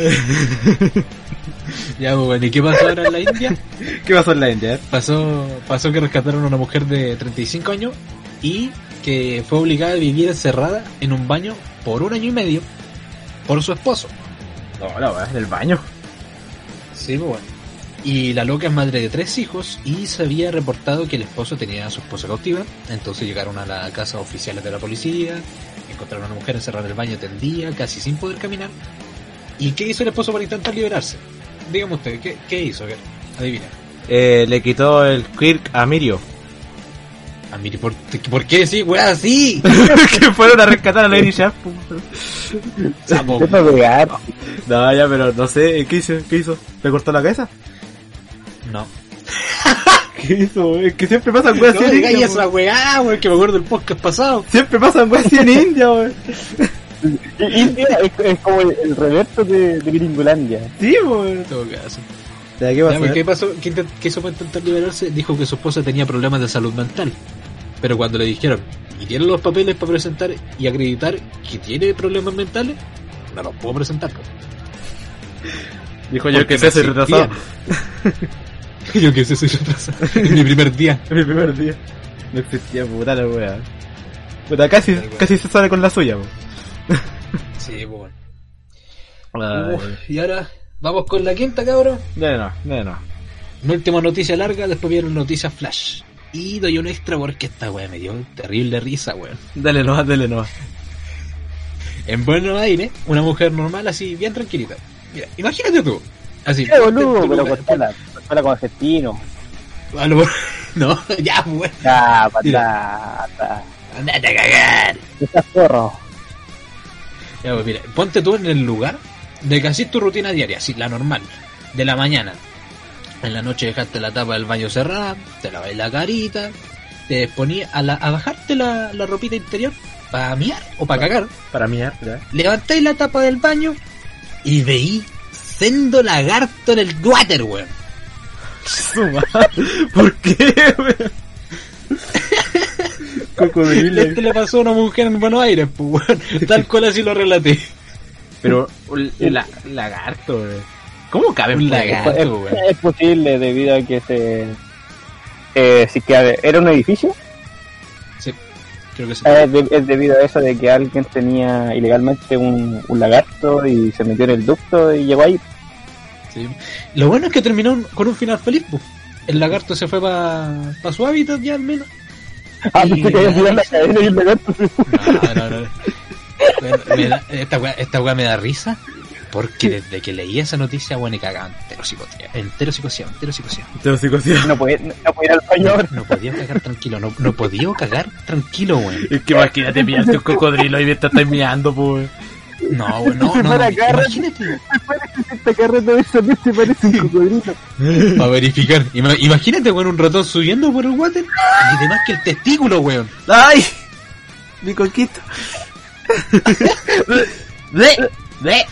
Ya, pues, bueno, ¿y qué pasó ahora en la India? ¿Qué pasó en la India, eh? Pasó, pasó que rescataron a una mujer de treinta y cinco años y que fue obligada a vivir encerrada en un baño por un año y medio por su esposo. No, la wea, en el baño. Sí, pues bueno. Y la loca es madre de tres hijos y se había reportado que el esposo tenía a su esposa cautiva. Entonces llegaron a la casa oficiales de la policía, encontraron a una mujer encerrada en el baño tendida, casi sin poder caminar. ¿Y qué hizo el esposo para intentar liberarse? Dígame usted, ¿qué, qué hizo? A ver, adivina. Eh, le quitó el quirk a Mirio. Ah, mire, ¿por, ¿por qué decir, weá, así? Que fueron a rescatar a Lady Sharp. Sapo. Deja de pegar. No, ya, pero no sé, ¿qué hizo? ¿Qué hizo? ¿Le cortó la cabeza? No. ¿Qué hizo? Es que siempre pasan weas No así en digáis India, esa weón. weá, weón, que me acuerdo del podcast pasado. Siempre pasan weas así en India, weón. India es, es como el, el reverso de, de Gringolandia. Sí, pues. En todo caso. ¿Qué Ya, pasó? pues, ¿Qué pasó? ¿Qué, intent- qué hizo para intentar liberarse? Dijo que su esposa tenía problemas de salud mental. Pero cuando le dijeron, ¿y tiene los papeles para presentar y acreditar que tiene problemas mentales? No los puedo presentar. Po. Dijo yo Porque que se hace no retrasado. Yo que sé, soy retrasado. En mi primer día. Mi primer día. No existía puta la wea. Puta, casi, casi se sale con la suya, po. Sí, pues bueno. Ay. Uf, y ahora vamos con la quinta, cabrón. Dale no, dale no. Una última noticia larga, después viene noticias flash. Y doy un extra porque esta weá me dio terrible risa, weón. Dale no, dale no. En Buenos Aires, una mujer normal así, bien tranquilita. Mira, imagínate tú. Así. Qué boludo, tú- pero tú- cortala, cortala con argentino. a lo- No, ya, weón. Ah, Mira. patata. Andate a cagar. Estás zorro. Ya, pues mira, ponte tú en el lugar de que haces tu rutina diaria, así, la normal, de la mañana. En la noche dejaste la tapa del baño cerrada, te laváis la carita, te disponías a, la, a bajarte la, la ropita interior para miar o para cagar. Para mí, ya. Levantáis la tapa del baño y veí sendo lagarto en el water, weón. ¿Por qué, weón? Cocodrilo. Este le pasó a una mujer en Buenos Aires, pues, weón. Tal cual así lo relaté. Pero, un la, lagarto, weón. ¿Cómo cabe Un por lagarto. ahí? Es, weón. es posible debido a que se... Eh, sí que a ver, era un edificio. Sí, creo que sí. Eh, de- es debido a eso de que alguien tenía ilegalmente un, un lagarto y se metió en el ducto y llegó ahí. Sí. Lo bueno es que terminó un- con un final feliz, pues. El lagarto se fue para pa su hábitat ya al menos. Ah, Y- pensé que había tirado la cadena y el lagarto se fue. No, no, no. Bueno, me da- esta weá esta weá me da risa porque desde que leí esa noticia, bueno, y cagaba entero psicoseado, entero psicoseado, entero psicoseado. Tengo psicosis. No puede, no, no puede ir al baño ahora. No podía cagar tranquilo, no, no podía cagar tranquilo, weón. Es que imagínate pillarte un cocodrilo y mientras estás mirando, pues. No, weón, no, Se no, para no, acá, imagínate. Esta carreta de esa vez se parece un cocodrilo. Para verificar, Ima- imagínate, weón, un ratón subiendo por el water y demás que el testículo, weón. ¡Ay! Mi coquito. ¡Ve! ¡Ve!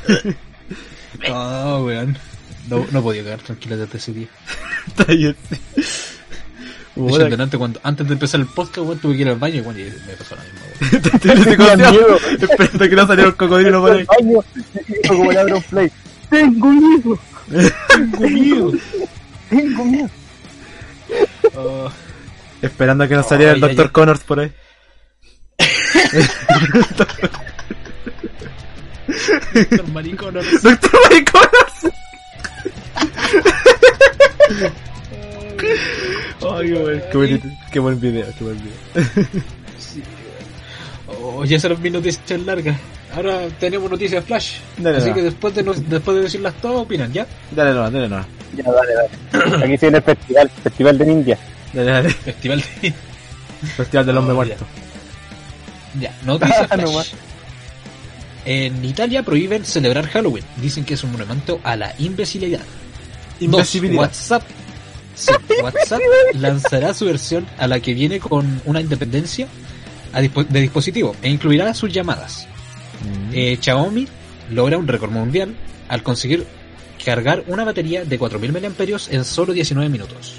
No, weón. No, no podía cagar tranquilo desde ese día. Está ahí así. De hecho, delante, cuando, antes de empezar el podcast, weón, tuve que ir al baño y bueno, y me pasó la misma, weón. Tengo psicoseado. Esperando que no saliera un cocodrilo por ahí. Baño, y dijo como el Play. Tengo miedo, Tengo miedo. tengo miedo. Oh. Esperando a que no saliera Oh, el ya, doctor ya. Connors por ahí. Doctor Maricón, no sé. ¡Doctor Mike Connors! Ay, qué buen, qué, bonito, qué buen video, qué buen video. Sí, weón. Oh, ya serán mis noticias largas. Ahora tenemos noticias flash. Dale, Así no. que después de, nos- después de decirlas todas, opinan, ¿ya? Dale no, dale no. Ya, dale, dale. Aquí se viene el festival, festival de ninja. Dale, dale. Festival de... Festival del hombre Oh, muerto. Ya, noticias No flash. más. En Italia prohíben celebrar Halloween. Dicen que es un monumento a la imbecilidad. Imbecilidad. Dos, WhatsApp. Sí, WhatsApp lanzará su versión a la que viene con una independencia a dispo- de dispositivo e incluirá sus llamadas. Mm. Eh, Xiaomi logra un récord mundial al conseguir cargar una batería de cuatro mil miliamperios en solo diecinueve minutos.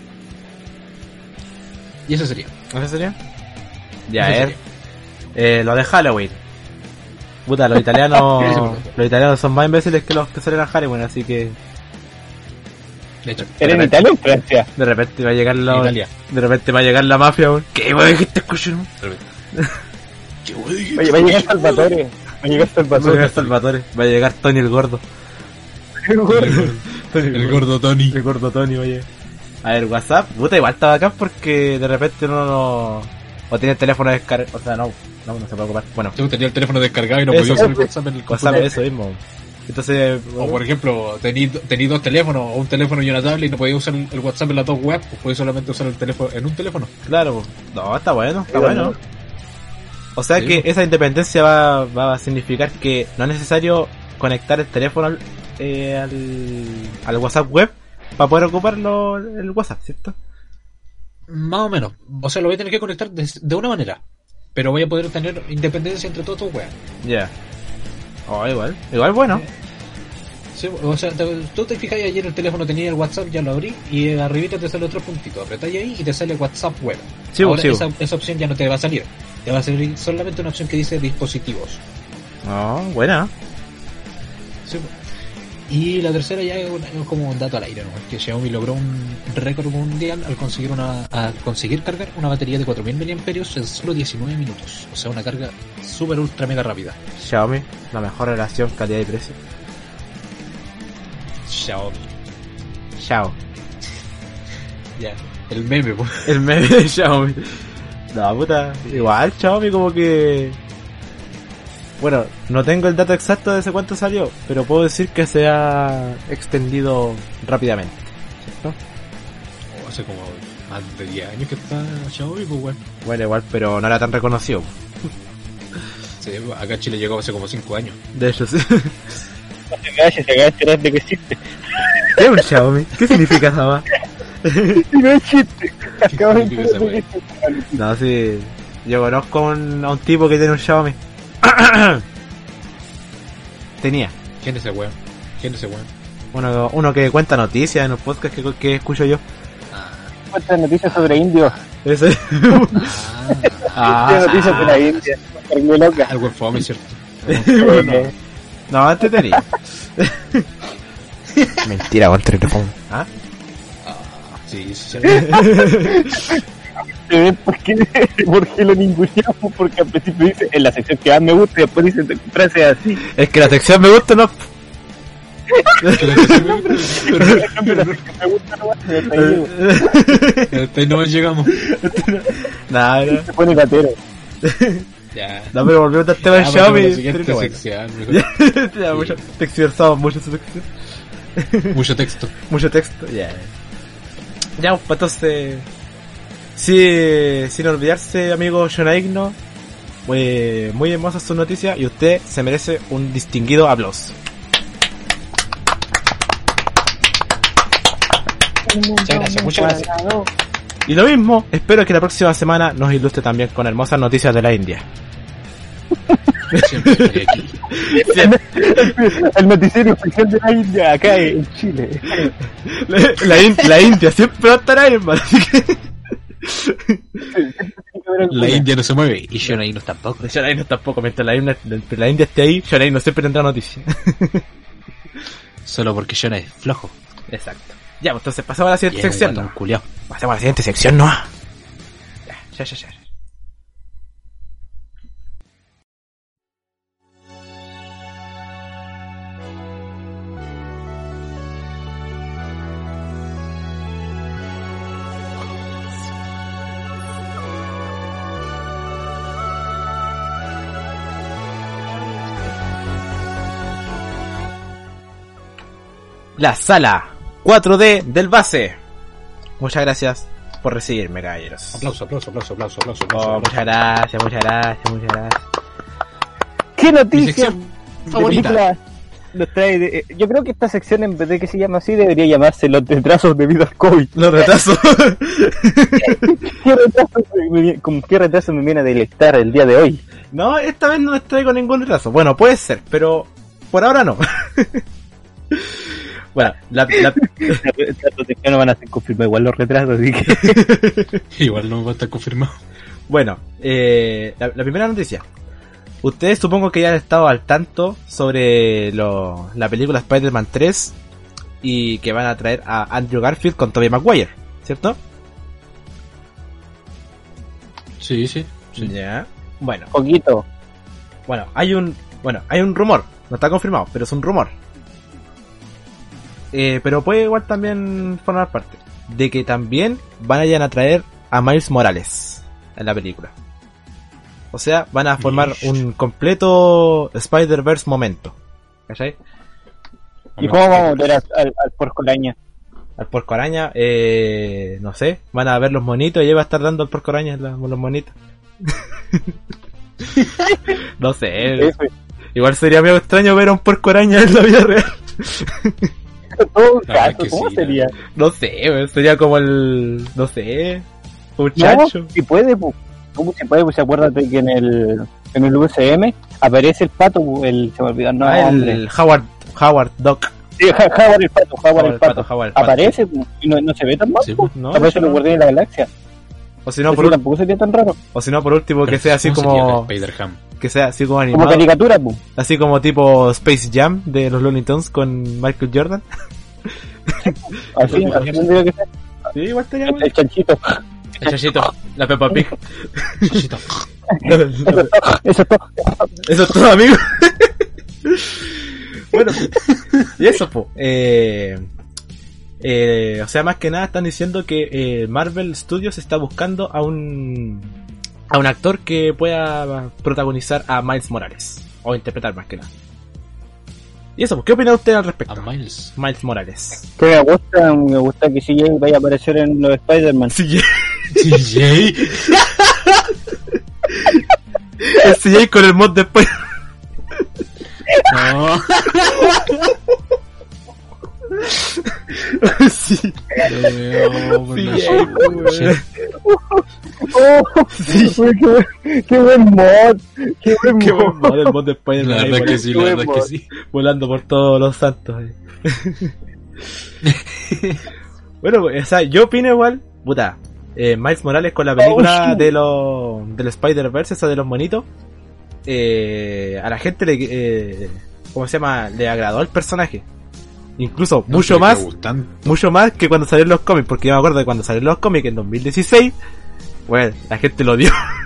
Y eso sería. ¿Eso sería? Ya, Eso eh. sería. Eh, lo de Halloween. Puta, los italianos. Los italianos son más imbéciles que los que celebran Halloween, así que. De hecho, ¿Era en Italia o en Francia? De repente va a llegar la. Italia. De repente va a llegar la mafia, weón. ¿Qué weón que te escuchen? qué wey, Oye, va a llegar Salvatore. Va a llegar Va a llegar Salvatore. Salvatore. Va a llegar Tony el gordo. Tony el gordo Tony. El gordo Tony, oye. A ver, WhatsApp, puta, igual está bacán porque de repente uno no. O tiene el teléfono descargado. O sea, no, no, no se puede ocupar. Bueno, Yo tenía el teléfono descargado y no Eso. podía usar el WhatsApp en el WhatsApp computador. es eso mismo. Entonces, O por ejemplo, tení, tení dos teléfonos, o un teléfono y una tablet y no podía usar el WhatsApp en las dos webs, pues podía solamente usar el teléfono en un teléfono. claro, pues. No, está bueno, está Sí, bueno. bueno. O sea Sí, que pues. esa independencia va, va a significar que no es necesario conectar el teléfono al, eh, al, al WhatsApp web para poder ocuparlo el WhatsApp, ¿cierto? Más o menos. O sea, lo voy a tener que conectar de, de una manera. pero voy a poder tener independencia entre todos tus weas. Ya. Yeah. Oh, igual. Igual bueno. Sí, o sea, te, tú te fijas ayer el teléfono tenía el WhatsApp, ya lo abrí y arribita te sale otro puntito, apretáis ahí y te sale WhatsApp web. Sí, ahora sí. Esa, esa opción ya no te va a salir, te va a salir solamente una opción que dice dispositivos. Oh, buena. Sí. Y la tercera ya es como un dato al aire, ¿no? Que Xiaomi logró un récord mundial al conseguir una al conseguir cargar una batería de cuatro mil miliamperios hora en solo diecinueve minutos, o sea, una carga super ultra mega rápida. Xiaomi, la mejor relación calidad y precio. Xiaomi. Xiao. Ya, el meme, pues. El meme de Xiaomi. No, puta, igual Xiaomi como que... Bueno, no tengo el dato exacto de ese cuánto salió, pero puedo decir que se ha extendido rápidamente, ¿cierto? Oh, hace como más de diez años que está Xiaomi, pues bueno. Bueno, igual, pero no era tan reconocido. Sí, acá Chile llegó hace como cinco años. De hecho, sí. No te calles, se acaba de enterar de que existe. ¿Qué es un Xiaomi? ¿Qué significa esa más? No existe. Acabo de significa esa enterar de que wea? existe. No, sí. Yo conozco a un, a un tipo que tiene un Xiaomi. Tenía. ¿Quién es ese weón? ¿Quién es ese weón? Uno, uno que cuenta noticias en los podcasts que, que escucho yo. Cuántas noticias sobre indios. Ese. Ah, Cuántas noticias de la India. Muy loca. algo en fome, ¿cierto? Bueno, no, antes tenía. Mentira, contra el phone. ¿Ah? Sí, sí, sí. ¿Por qué, ¿Por qué lo ninguneamos? Porque al principio dice en la sección que más me gusta y después dice frases así. Es que la sección me gusta, ¿no? Pero la sección me gusta no va a ser hasta ahí llego. Hasta ahí no llegamos. Nada, no. Se pone gatero. Ya. No, pero volvemos al tema de Ya, Xiaomi. pasemos a la siguiente Pero bueno. sección, mejor. Ya, mucho texturizado, mucho su sección. Mucho texto. Mucho texto, ya. Ya, pues entonces. Sí, sin olvidarse, amigo Shonaigno, muy, muy hermosa su noticia y usted se merece un distinguido aplauso. Muchas gracias, muchas gracias. Y lo mismo, espero que la próxima semana nos ilustre también con hermosas noticias de la India. Siempre estoy aquí. El noticiero oficial de la India acá en Chile. La, la, in- la India siempre va a estar ahí, hermano. Así que... La India no se mueve y Shonai no tampoco. Shonaigno tampoco, mientras la, India- mientras la India esté ahí, Shonaigno siempre tendrá noticias. Solo porque Shonai es flojo. Exacto. Ya, pues entonces pasamos a la Y siguiente es un sección. guatón ¿No? culiao. Pasemos a la siguiente sección, ¿no? Ya, ya, ya, ya. La sala cuatro D del base. Muchas gracias por recibirme, caballeros. Aplauso, aplauso, aplauso, aplauso, aplauso. Oh, aplauso. muchas gracias, muchas gracias, muchas gracias. ¿Qué Mi noticias sección de favorita. películas nos trae? De, eh, yo creo que esta sección, en vez de que se llame así, debería llamarse Los retrasos debido al COVID. Los retrasos. ¿Qué retraso me viene- ¿Con qué retraso me viene a delectar el día de hoy? No, esta vez no les traigo ningún retraso. Bueno, puede ser, pero por ahora no. Bueno, la, la... no van a ser confirmados igual los retrasos, así que... Igual no va a estar confirmado. bueno, eh, la, la primera noticia. Ustedes supongo que ya han estado al tanto sobre lo, la película Spider-Man tres y que van a traer a Andrew Garfield con Tobey Maguire, ¿cierto? Sí, sí. sí. Ya. Bueno, Poquito. bueno, hay un, bueno, hay un rumor, no está confirmado, pero es un rumor. Eh, pero puede igual también formar parte de que también vayan a traer a Miles Morales en la película. O sea, van a formar Ish. un completo Spider-Verse momento. ¿Cachai? ¿Y cómo vamos a ver al, al, al porco araña? Al porco araña, eh, no sé, van a ver los monitos y ella va a estar dando al porco araña la- los monitos. No sé, Eso, igual sería medio extraño ver a un porco araña en la vida real. en todo La verdad caso, que ¿cómo sí, sería? No sé, weón, sería como el, no sé, un No, chancho. si puede, pu. YouTube, si puedes, pues acuérdate que en el, en el U S M aparece el pato, el, se me olvidó el nombre. Ah, el, el Howard, Howard Duck. Sí, Howard el pato, Howard, Howard el pato. Howard el pato. Aparece y no, no se ve tan mal, Sí, pues. no, Aparece no. los Guardianes de la Galaxia. O si no, Eso por, ul- tampoco sería tan raro. o si no, por último, que sea así como, sería Spider-Ham? que sea así como Como animado, caricatura, pues. así como tipo Space Jam de los Looney Tunes con Michael Jordan. Así, así tendría que ser. Sí, igual estaría El, bueno. el chanchito. El Chachito, la Peppa Pig. Chachito. La- la- Eso es todo. Eso es todo. Eso es todo, amigo. Bueno, y eso, po. Eh, eh, o sea, más que nada están diciendo que eh, Marvel Studios está buscando a un a un actor que pueda protagonizar a Miles Morales, o interpretar más que nada. Y eso, pues, ¿qué opina usted al respecto? A Miles. Miles Morales. Que me gusta, me gusta que C J vaya a aparecer en los Spider-Man. C J. D J. El C J con el mod de Spider. No. Sí. No, por la Sí, shit. ¡Oh! Uy, qué, buen- qué buen mod. Qué buen Qué buen mod. mod, el mod de Spider-Man. La ahí verdad que volando, sí, la verdad que sí. volando por todos los santos. ahí. Bueno, pues, o sea, yo opino igual, puta, eh, Miles Morales con la película Oh, shit. de los del Spider-Verse, esa de los monitos, eh, a la gente le, eh, ¿cómo se llama? Le agradó el personaje. Incluso No, mucho pero más, que gustan. mucho más que cuando salieron los cómics, porque yo me acuerdo de cuando salieron los cómics en dos mil dieciséis, bueno, la gente lo odió.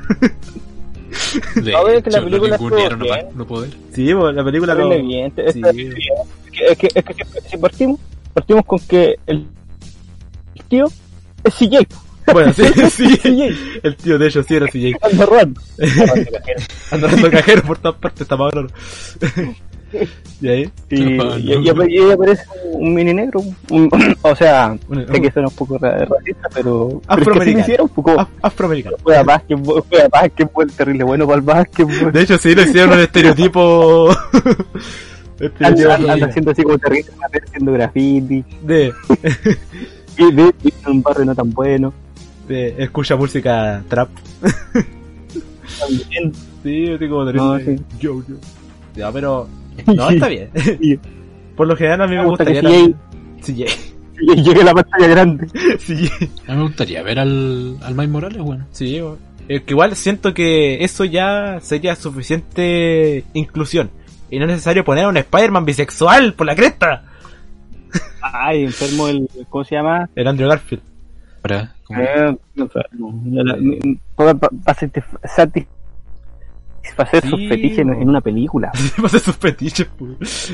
De A ver, que la hecho, lo película ningunearon estuvo a bien. no poder. Sí, pues, la película lo... Terrible bien. Sí. Esta- Es que, es que, es que si- si partimos, partimos con que el, el tío es C J. Bueno, sí, sí, C J. el tío de ellos sí era C J. Anda robando. Anda dando cajero por todas partes, está más raro. ¿Y ahí? Y, y, y, apa- y ahí aparece un mini negro. un- o sea, Un- sé que suena un poco ra- racista, pero. pero es que así lo Afroamericano. hicieron un poco. Af- Afroamericano. Juega básquetbol, juega básquetbol, terrible bueno para el básquetbol. De hecho, sí, lo hicieron un estereotipo. Anda, estereotipo anda- anda haciendo así como terrible, haciendo graffiti. de, Y de, de un barrio no tan bueno. de escucha música trap. También. Sí, así como No, terrible. sí. Yo, yo. Ya, pero. No, está bien. Y, Por lo general a mí me, Me gusta gustaría que C J también- C J. y llegue a la pantalla grande. C J. A mí me gustaría ver al, al Miles Morales, bueno. Sí, bueno. Es que igual siento que eso ya sería suficiente inclusión. Y no es necesario poner a un Spider-Man bisexual por la cresta. Ay, enfermo el. ¿Cómo se llama? El Andrew Garfield. Para, como- Eh, enfermo. La- la- Para pa, satisf- satisfacer Sí, sus fetiches en, bo. en una película. Va a ser sus fetiches, pues.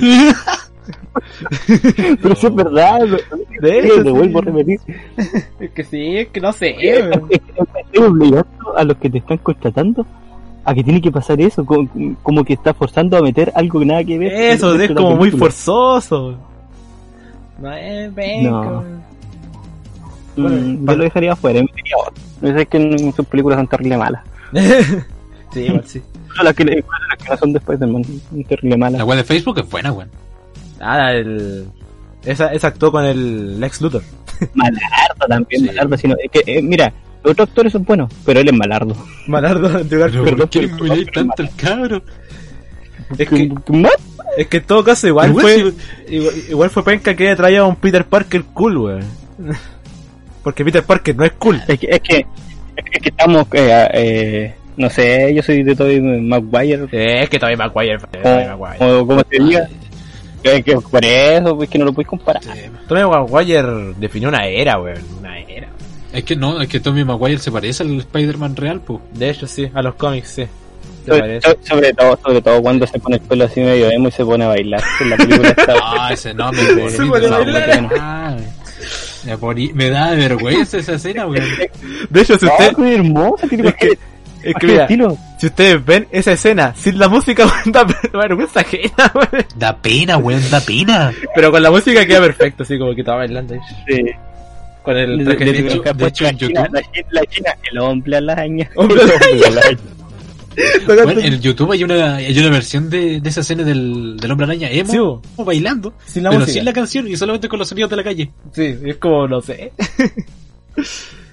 Pero si es verdad, lo, De hecho, lo sí. vuelvo a repetir. Es que sí, es que no sé. Estoy obligando a los que te están contratando a que tiene que pasar eso, como, como que está forzando a meter algo que nada que ver. Eso, dentro es de la como muy película. forzoso. No es No. Mm, Bueno, yo lo dejaría afuera, me diría otro. No sé, es que en sus películas son terrible malas. Sí, igual sí. A las que, igual a las que no son de Spider-Man, son terrible malas. La web de Facebook es buena, weón. Ah, el. Esa, esa actuó con el Lex Luthor. Malardo también, Sí. malardo. Sino, es que, eh, mira, los otros actores son buenos, pero él es malardo. Malardo de Pero Garfield. ¿por Perdón, qué pero- miráis tanto el cabro? Es que, ¿Más? es que en todo caso, igual Pero, fue. weón, Igual, igual fue penca que haya traído a un Peter Parker cool, weón. Porque Peter Parker no es cool. Es que, es que, es que, es que estamos, eh, eh, no sé, yo soy de Tobey Maguire, Eh, es que Tobey Maguire. Tobey Maguire. o, o como se diga. Que, que por eso, pues que no lo puedes comparar. Tobey Maguire definió una era, weón. Una era. Es que no, es que Tommy Maguire se parece al Spider-Man real, po. De hecho, sí, a los cómics, sí. ¿Te Sobre, parece? so- sobre todo, sobre todo cuando se pone el pelo así medio emo y se pone a bailar. En la película está. Ah, ese no, me, Se pone a bailar. Ah, me, poní- me da vergüenza esa escena, weón. De hecho, si No, usted. qué hermosa, tiene Es que, cualquier- es que cualquier mira, estilo. si ustedes ven esa escena sin la música, weón, da vergüenza ajena, weón. Da pena, weón, da pena. Pero con la música queda perfecto, así como que estaba bailando ahí. Sí. Con el De- traje de- negro. hecho- de hecho, en la China, YouTube- la China, la China, el hombre araña. Hombre El hombre araña. Tocando- Bueno, en YouTube hay una, hay una versión de, de esa escena del, del hombre araña emo Sí, bo. bailando, Sin la pero música. sin la canción y solamente con los sonidos de la calle. Sí, es como, no sé.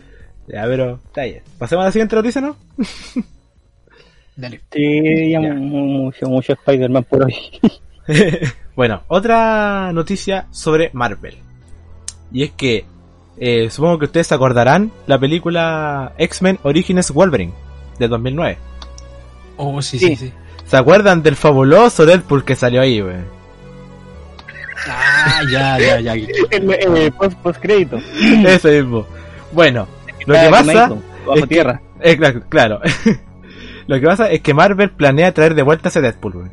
Ya, pero está bien. Pasemos a la siguiente noticia, ¿no? Dale. Sí, ya, Ya. mucho, mucho Spider-Man por hoy. Bueno, otra noticia sobre Marvel. Y es que, eh, supongo que ustedes se acordarán la película X-Men Origins Wolverine de dos mil nueve. Oh, sí, Sí. sí, sí. ¿Se acuerdan del fabuloso Deadpool que salió ahí, wey? Ah, ya, ya, ya. el el post, post crédito. Ese mismo. Bueno, lo que pasa... bajo es que- tierra. eh, claro, claro. Lo que pasa es que Marvel planea traer de vuelta ese Deadpool, wey.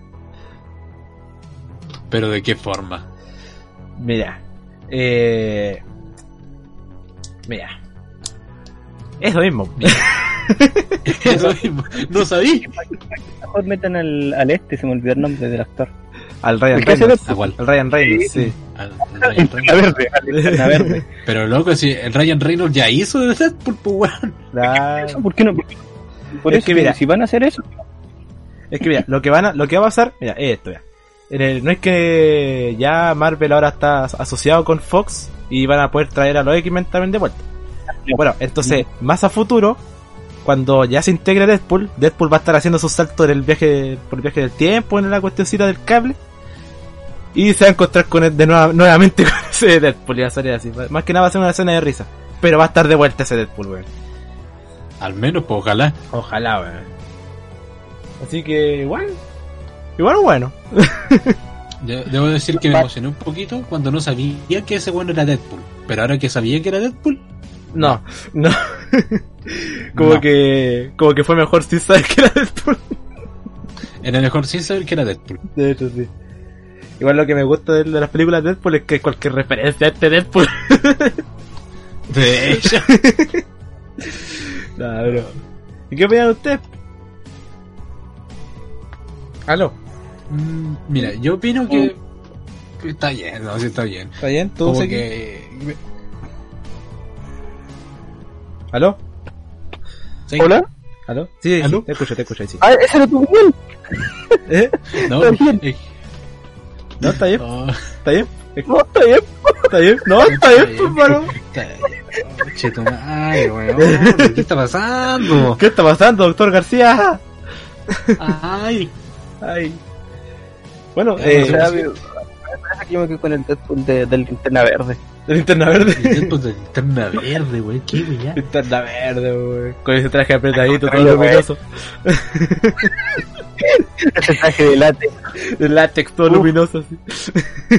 Pero ¿de qué forma? Mira, eh... Mira. Es lo mismo. Eso mismo. No sabía. Mejor metan al, al este, se me olvidó el nombre del actor. Al Ryan ¿Qué hace Reynolds. ¿A cuál? Al Ryan Reynolds, sí. Al- al Ryan La Reynolds. verde, al Linterna verde. Pero loco, si el Ryan Reynolds ya hizo de Deadpool, pues weón. Claro. ¿Por qué no? Por Es eso, que mira. si van a hacer eso, Es que mira, lo que van a, lo que va a pasar, mira, es esto ya. En el- no es que ya Marvel ahora está asociado con Fox y van a poder traer a los X-Men también de vuelta. Bueno, entonces, más a futuro, cuando ya se integre Deadpool, Deadpool va a estar haciendo sus saltos en el viaje, por el viaje del tiempo, en la cuestioncita del cable, y se va a encontrar con él de nueva, nuevamente con ese Deadpool y va a salir así. Más que nada va a ser una escena de risa, pero va a estar de vuelta ese Deadpool, weón. Al menos, pues ojalá. Ojalá, weón. Así que, igual, igual bueno. De- Debo decir que me emocioné un poquito cuando no sabía que ese bueno era Deadpool. Pero ahora que sabía que era Deadpool, No, no. como No. que como que fue mejor sin saber que era Deadpool. era mejor sin saber que era Deadpool. De hecho, sí. Igual lo que me gusta de, de las películas de Deadpool es que cualquier referencia a este Deadpool. De hecho. No, pero... ¿Y qué opinan ustedes? ¿Aló? Mm, Mira, yo opino que, que está bien, no, sí está bien. ¿Está bien? ¿Tú Como Seki? que... ¿Aló? Sí. ¿hola? ¿Aló? Sí, sí, ¿Aló? te escucho, te escucho, ahí sí. Ah, ese era tu bien. ¿Eh? No, Está bien. eh, ¿No? ¿Está bien? no, ¿Está bien? No, está bien. ¿Está bien? No, está bien, pues, hermano. está bien. Che, tu madre, weón, ¿qué está pasando? ¿Qué está pasando, doctor García? Ay, Ay. Bueno, O eh... sea, me parece que yo me quedo con el Deadpool de, del Linterna verde. de linterna verde. Deadpool de linterna verde, weón, qué weón. Linterna verde, wey. Con ese traje apretadito, todo Ay, güey. luminoso. Ese traje de látex. El látex todo Uf. luminoso, así.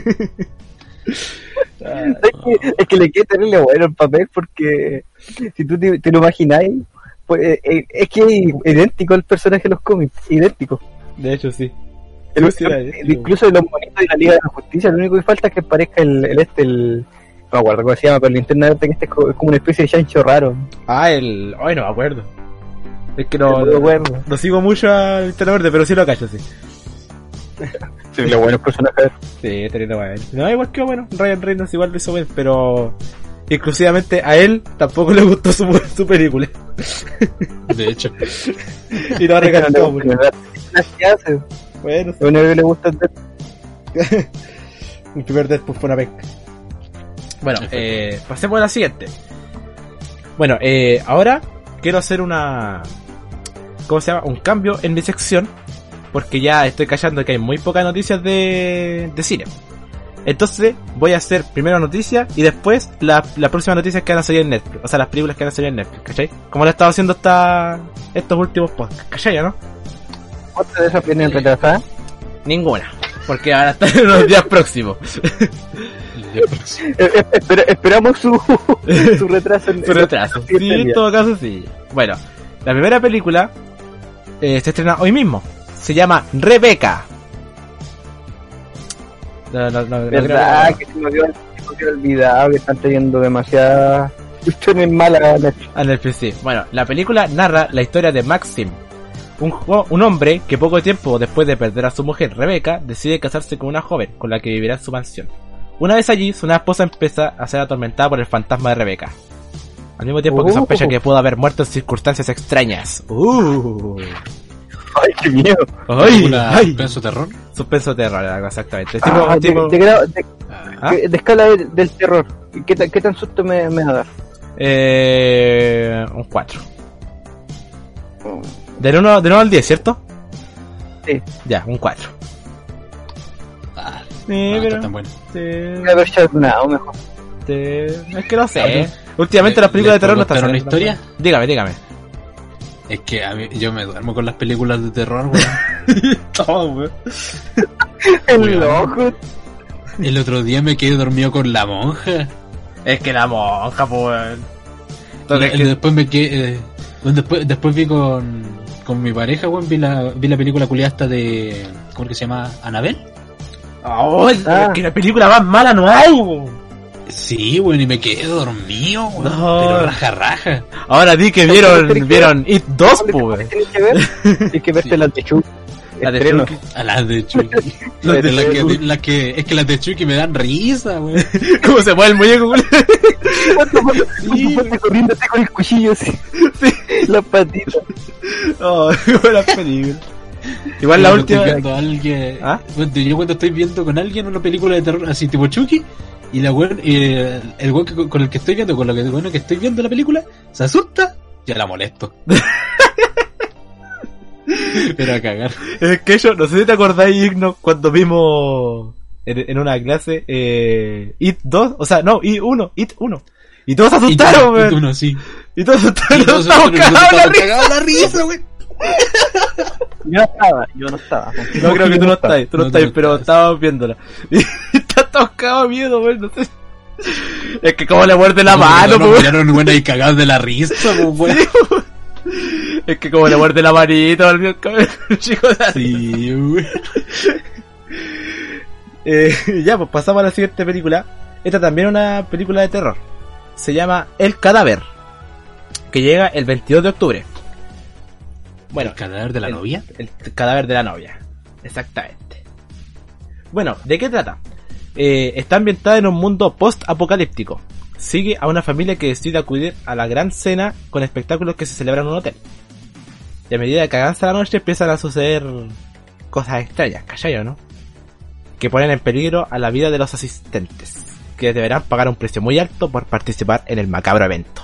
Es que, es que le queda tenerle bueno el papel porque si tú te, te lo imagináis, pues, eh, eh, es que es idéntico al personaje de los cómics, idéntico. De hecho, sí. El- Sí, era idéntico. incluso de los monitos de la Liga de la Justicia, lo único que falta es que parezca el, el este, el... No me acuerdo cómo se llama, pero el Linterna verde que este es co- es como una especie de chancho raro. Ah, el... Ay, no me acuerdo. Es que No no, me acuerdo. no sigo mucho al linterna verde, pero sí lo cacho, sí. Sí, los buenos personajes. Sí, teniendo bueno. No, igual que bueno, Ryan Reynolds igual lo hizo bien, pero... Exclusivamente a él tampoco le gustó su, su película. De hecho, Y lo ha recalcado mucho. ¿Qué hace? Bueno, sí. Lo único que le gusta es Deadpool. El primer Deadpool fue una pesca. Bueno, Perfecto. eh, pasemos a la siguiente. Bueno, eh, ahora quiero hacer una... ¿Cómo se llama? Un cambio en mi sección. Porque ya estoy cachando que hay muy pocas noticias de, de cine. Entonces voy a hacer primero noticias y después la- las próximas noticias que van a salir en Netflix. O sea, las películas que van a salir en Netflix, ¿cachai? Como lo he estado haciendo hasta estos últimos podcasts, ¿cachai, no? ¿Cuántas de esas vienen retrasadas? Ninguna. Porque ahora están en los días próximos. ya, pues, Eh, eh, espera- esperamos su, su retraso. En, Su retraso. en- Sí, en todo caso sí. Bueno, la primera película eh, se estrena hoy mismo. Se llama Rebeca. No, no, no, no ¿Verdad? creo que- Que se me había, se me había olvidado que están teniendo demasiadas cuestiones malas. Ah, en el P C. Bueno, la película narra la historia de Maxim, un, jo- un hombre que poco tiempo después de perder a su mujer Rebeca decide casarse con una joven con la que vivirá en su mansión. Una vez allí, su nueva esposa empieza a ser atormentada por el fantasma de Rebeca. Al mismo tiempo que Uh. sospecha que pudo haber muerto en circunstancias extrañas. Uh. Ay, qué miedo. ¡Ay! ¿Una ¡Ay! suspenso terror? Suspenso terror, algo exactamente. Tipo, Ah, de, tipo- de grado- de- Ah, ¿Ah? de- de escala de- del terror. ¿Qué, ta- qué tan susto me, me va a dar? Eh, un cuatro. Del uno, del uno al diez, ¿cierto? Sí. Ya, un cuatro. Ah, Sí, no, pero... está tan bueno. Sí, Voy a ver Sharknado mejor. sí, es que no sé. Oye, Últimamente ¿le- las películas de le terror no puedo están contar una saliendo tan historia? buenas. Dígame, dígame. Es que a mí, yo me duermo con las películas de terror, weón. Todo, weón. El Weón. loco. El otro día me quedé dormido con La Monja. Es que la monja, pues. La- Después me quedé... eh, bueno, después, después vi con, con mi pareja, weón, vi la, vi la película culiada esta de... ¿Cómo es que se llama? ¿Anabel? Oh, Ah. es que la película más mala no hay, weón. Sí, weón, y me quedé dormido, weón. No. Pero raja, raja. Ahora di que vieron, vieron It dos, pues. Tienes que ver, tienes que verte Sí. las de Chucky. La de Estreno. Chucky. A las de Chucky. Las de las que, Chucky. las que, es que las de Chucky me dan risa, weón. ¿Cómo se mueve el muñeco, weón? ¿Cuánto fuerte corriendo así con el cuchillo así? Las patitas. Oh, buena película. Igual la Cuando última. estoy viendo a alguien, ¿Ah? bueno, yo cuando estoy viendo con alguien una película de terror así tipo Chucky, y la weón, eh, el weón que- con el que estoy viendo, con lo que, bueno, que estoy viendo la película, se asusta, ya la molesto. Pero a cagar. Es que yo, no sé si te acordáis, Igno, cuando vimos en, en una clase eh, It dos, o sea, no, It uno, It uno. Y todos se asustaron, Y weón. uno sí. Y todos se asustaron, Y todos se estamos asustaron, cagados en la nosotros risa. cagados en la risa, weón. Yo no estaba, yo no estaba. No creo que tú no estás, tú no No, tú estás, no pero estás. estábamos viéndola. Y está todo cagado de miedo, weón, no sé. Es que como le muerde la mano, Nos weón. miraron, weón, ahí cagados de la risa, weón. Es que como le muerde la manita al chico de Sí, weón. Eh, ya, pues pasamos a la siguiente película. Esta también es una película de terror. Se llama El Cadáver, que llega el veintidós de octubre. Bueno, ¿El cadáver de la el- novia? El cadáver de la novia. Exactamente. Bueno, ¿de qué trata? Eh, está ambientada en un mundo post-apocalíptico. Sigue a una familia que decide acudir a la gran cena con espectáculos que se celebran en un hotel. Y a medida que avanza la noche empiezan a suceder cosas extrañas, ¿cachai o no? Que ponen en peligro a la vida de los asistentes, que deberán pagar un precio muy alto por participar en el macabro evento.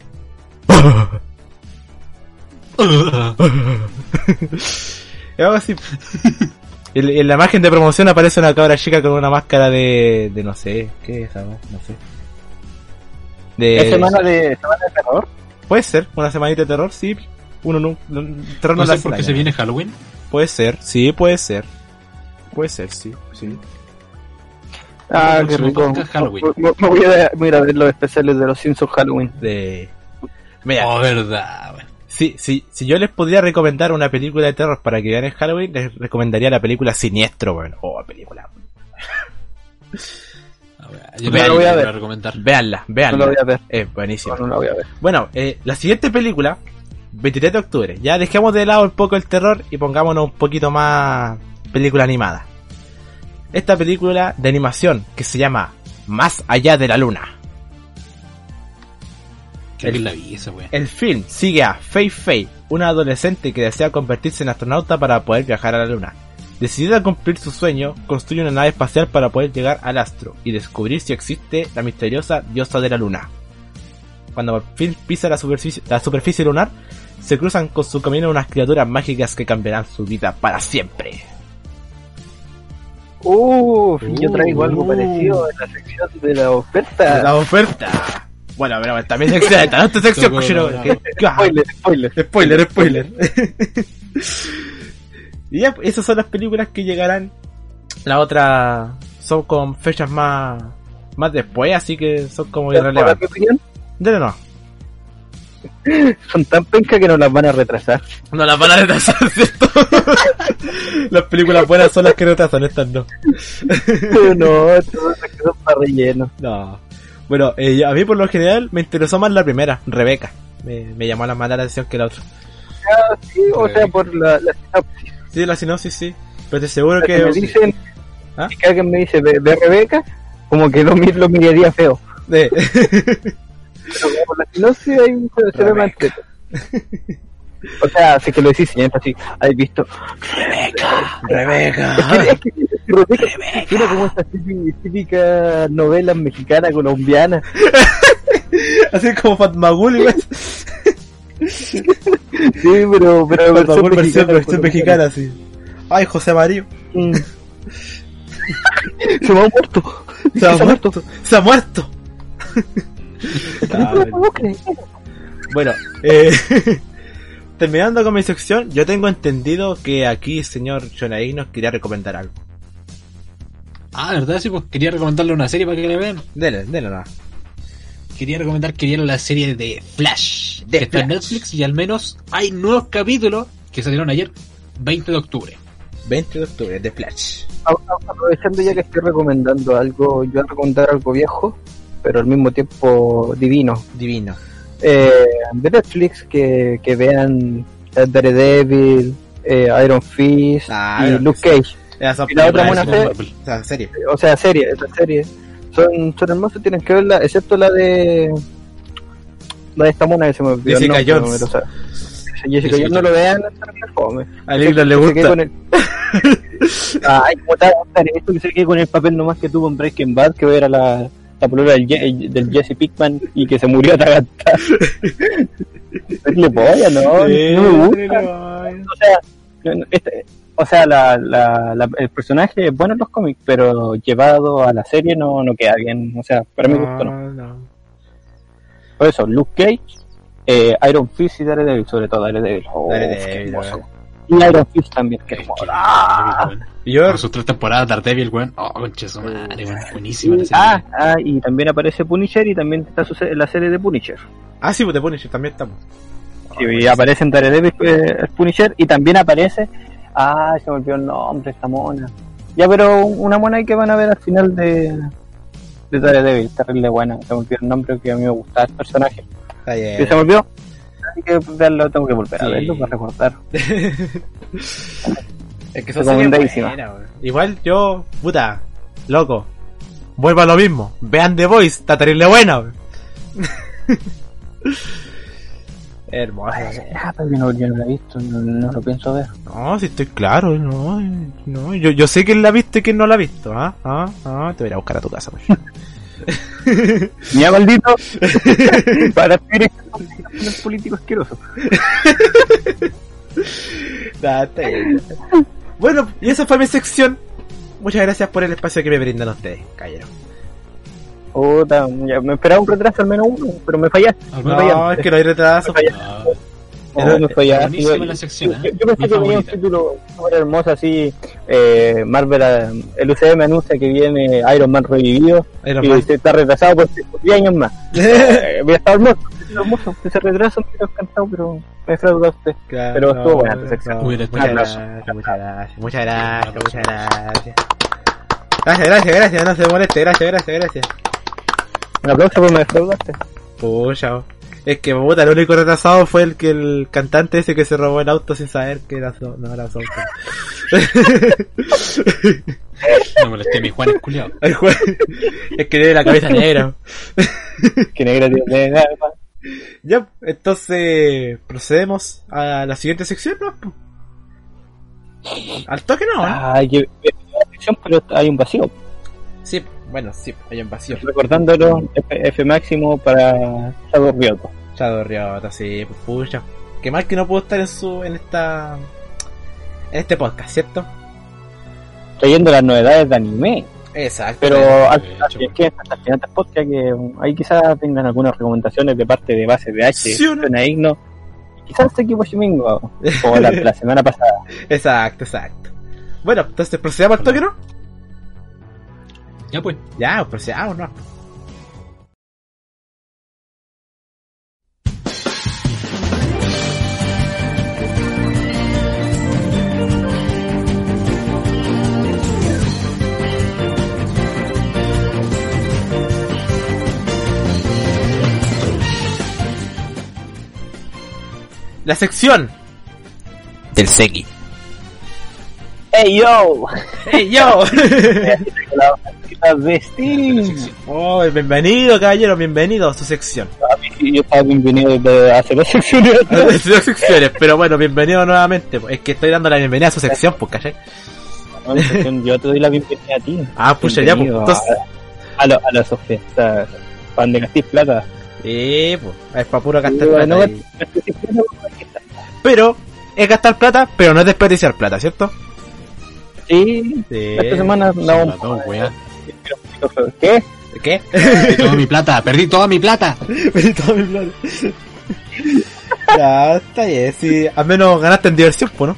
Es algo así. En, en la imagen de promoción aparece una cabra chica con una máscara de... de no sé, ¿qué es esa? No sé. De... ¿Es semana de, semana de terror? Puede ser, una semanita de terror, sí. Uno no... no terror No no sé la por qué extraña. se viene Halloween. Puede ser, sí, puede ser. Puede ser, sí, sí. Ah, El qué próximo rico. podcast, Halloween. Me, me voy, a, voy a ir a ver los especiales de los Simpsons Halloween. De... Mira, Oh, verdad, weón. si, si, si yo les podría recomendar una película de terror para que vean en Halloween, les recomendaría la película Siniestro, bueno. Oh, película. A ver, Yo No te lo voy a voy ver. a recomendar. Veanla, No veanla. lo voy a ver. Es buenísimo. No, no la voy a ver. Bueno, eh, la siguiente película, veintitrés de octubre. Ya dejemos de lado un poco el terror y pongámonos un poquito más película animada. Esta película de animación que se llama Más allá de la luna. Creo que El- la vi esa, weón. El film sigue a Fei Fei, una adolescente que desea convertirse en astronauta para poder viajar a la luna. Decidida a cumplir su sueño, construye una nave espacial para poder llegar al astro y descubrir si existe la misteriosa diosa de la luna. Cuando por fin pisa la superficie, la superficie lunar, se cruzan con su camino unas criaturas mágicas que cambiarán su vida para siempre. Uff, yo traigo algo Uh. parecido en la sección de la oferta. La oferta. Bueno, pero también es excelente, ¿no? Esta sección, Tocó, cochero. no, ¿Qué- qué- Spoiler, spoiler. Spoiler, spoiler. Y ya, pues, esas son las películas que llegarán. La otra son con fechas más más después, así que son como Para mi irrelevantes. opinión, Dale, no. son tan pencas que nos las van a retrasar. No las van a retrasar, ¿cierto? Las películas buenas son las que retrasan, estas no. Pero no, todas las que son para relleno. No. Bueno, eh, yo- a mí por lo general me interesó más la primera, Rebeca. Me, me llamó la más la atención que la otra. Ah, sí, o sea, por la, la sinopsis. Sí, la sinopsis sí. Pero te seguro Que que... me dicen, ¿Ah? que alguien me dice, ve, ve Rebeca, como que lo, mir- lo miraría feo. Eh. Pero como por la sinopsis ahí se, se ve más Rebeca. entrete. O sea, si que lo decís, señor, así, ¿has visto? Rebeca. Es que, es que Rebeca suena como esta típica, típica novela mexicana colombiana. Así como Fatmagul y weón. Sí, pero, pero Fatmagul versión, versión mexicana, así. Ay, José Mario. Mm. Se me ha muerto. Se ha muerto. Se ha muerto. Ah, bueno. Bueno, eh, terminando con mi sección, yo tengo entendido que aquí señor Shonaí nos quería recomendar algo. Ah, ¿verdad? Sí, pues quería recomendarle una serie para que la vean. Dele, dele nada. Quería recomendar que vieran la serie de Flash. De que está en Flash. Netflix y al menos hay nuevos capítulos que salieron ayer, veinte de octubre. veinte de octubre, de Flash. Aprovechando ya que estoy recomendando algo, yo voy a recomendar algo viejo, pero al mismo tiempo divino. Divino. Eh, de Netflix, que, que vean Daredevil, eh, Iron Fist Ah, y Iron Luke Fist. Cage. Esa Y la otra buena Marvel. serie, O sea, serie. o sea, serie, esa serie, son, son hermosas, tienen que verla, excepto la de la de esta mona que se me olvidó. Jessica el nombre, Jones. no, o sea, Jessica Jones no lo vean, es fome. A Lilo le Se gusta. quede con el- Ay, como te va a gustar esto, que se quede con el papel nomás que tuvo en Breaking Bad, que era la, la polola del, Je- del Jesse Pinkman y que se murió atragantada. Le polla, no, Sí, no me gusta. no. O sea, no, no, este- o sea la, la, la- el personaje es bueno en los cómics, pero llevado a la serie no, no queda bien. O sea, para mi gusto no. No, no. Por eso, Luke Cage, eh, Iron Fist y Daredevil, sobre todo Daredevil. Oh, Daredevil, qué hermoso. eh. Y Iron Fist también, que Es hermoso. que, Ah. weón. Y yo, Por sus tres temporadas, Daredevil, weón. Oh, conche su madre, weón. Buenísima la Y- serie. ah, ah, y también aparece Punisher y también está su se- la serie de Punisher. ah, sí, pues te pones, también estamos. Y aparece en Daredevil eh, el Punisher y también aparece. Ah, se me olvidó el nombre, esta mona. Ya, pero una mona ahí que van a ver al final de, de Daredevil, terrible buena. Se me olvidó el nombre, que a mí me gustaba el personaje. Está bien. Que se me olvidó. Así que verlo, tengo que volver a Sí. verlo para recordar. Es que son Recomendadísima. series buenas, weón. Igual yo, puta, loco, vuelvo a lo mismo. Vean The Voice, está terrible buena, weón. Hermosa. Ah, pero yo no, yo no lo he visto, no, no lo pienso ver. No, si estoy claro, no, no, yo, yo sé quién la ha visto y quién no la ha visto, ah, ah, ah, te voy a ir a buscar a tu casa, pues. Mira, maldito, para hacer el político asqueroso. Nah, está bien. Bueno, y esa fue mi sección. Muchas gracias por el espacio que me brindan ustedes, caballero. Puta, ya me esperaba un retraso al menos uno, pero me fallaste. Al Me menos- No, fallaste. es que no hay retraso. Me fallaste. Ah, No, me fallaste. buenísima Yo- la sección, yo, ¿eh? yo pensé Mi que venía un favorita. título súper hermoso así, eh, Marvel, eh, el U C M anuncia que viene Iron Man revivido Iron y Man. se está retrasado por diez años más. Eh, Había estado hermoso, estado hermoso, ese retraso me quedó encantado, pero me defraudó usted. Claro, Pero estuvo no, buena tu no, sección. no, Hubiera muchas estado gracias, muchas gracias, muchas gracias, muchas gracias. Gracias, gracias, gracias, no se moleste, gracias, gracias, gracias. Un aplauso porque me defraudaste. Pucha, es que puta, el único retrasado fue el que el cantante ese que se robó el auto sin saber que era su, no era su auto. No molesté a mi Juan culiao. Ay, juez, es que tiene la cabeza negra. Que negra tiene nada más. Ya, entonces procedemos a la siguiente sección, ¿no? Al toque no, ¿no? Ay, que la sección, pero hay un vacío. Sí, bueno, sí, hay un vacío. Recordándolo, F, F máximo para Shadow Ryoto. Shadow Ryota, sí, pues pucha. Qué mal que no puedo estar en su, en esta, en este podcast, ¿cierto? Trayendo las novedades de anime. Exacto. Pero al, de al, hecho. que hasta el final del podcast, que um, ahí quizás tengan algunas recomendaciones de parte de Base de H, ¿Sí o no? Zona Igno, quizás Equipo Shimingo, como la, la semana pasada. Exacto, exacto. Bueno, entonces procedamos al toque, ¿no? Ya pues. Ya, pues procedamos, ¿no? La sección del Segui. ¡Hey yo! ¡Hey, yo! La bajita de Steam. Oh, bienvenido, caballero, bienvenido a su sección. Yo estaba bienvenido desde hace dos secciones. A sus secciones, pero bueno, bienvenido nuevamente. Es que estoy dando la bienvenida a su sección, pues, ¿cachai? Yo te doy la bienvenida a ti. Ah, pucha, ya, pues, Bienvenido entonces, a, a, lo, a las ofertas, pan de gastar plata. Sí, pues, es para puro gastar Sí, plata. no, ahí. Pero, es gastar plata, pero no es desperdiciar plata, ¿cierto? Sí, Sí. esta semana Son no. las dos, weá. ¿Qué? ¿Qué? Perdí toda mi plata, perdí toda mi plata. Perdí toda mi plata. Ya, está bien, sí. Al menos ganaste en diversión, pues, ¿no?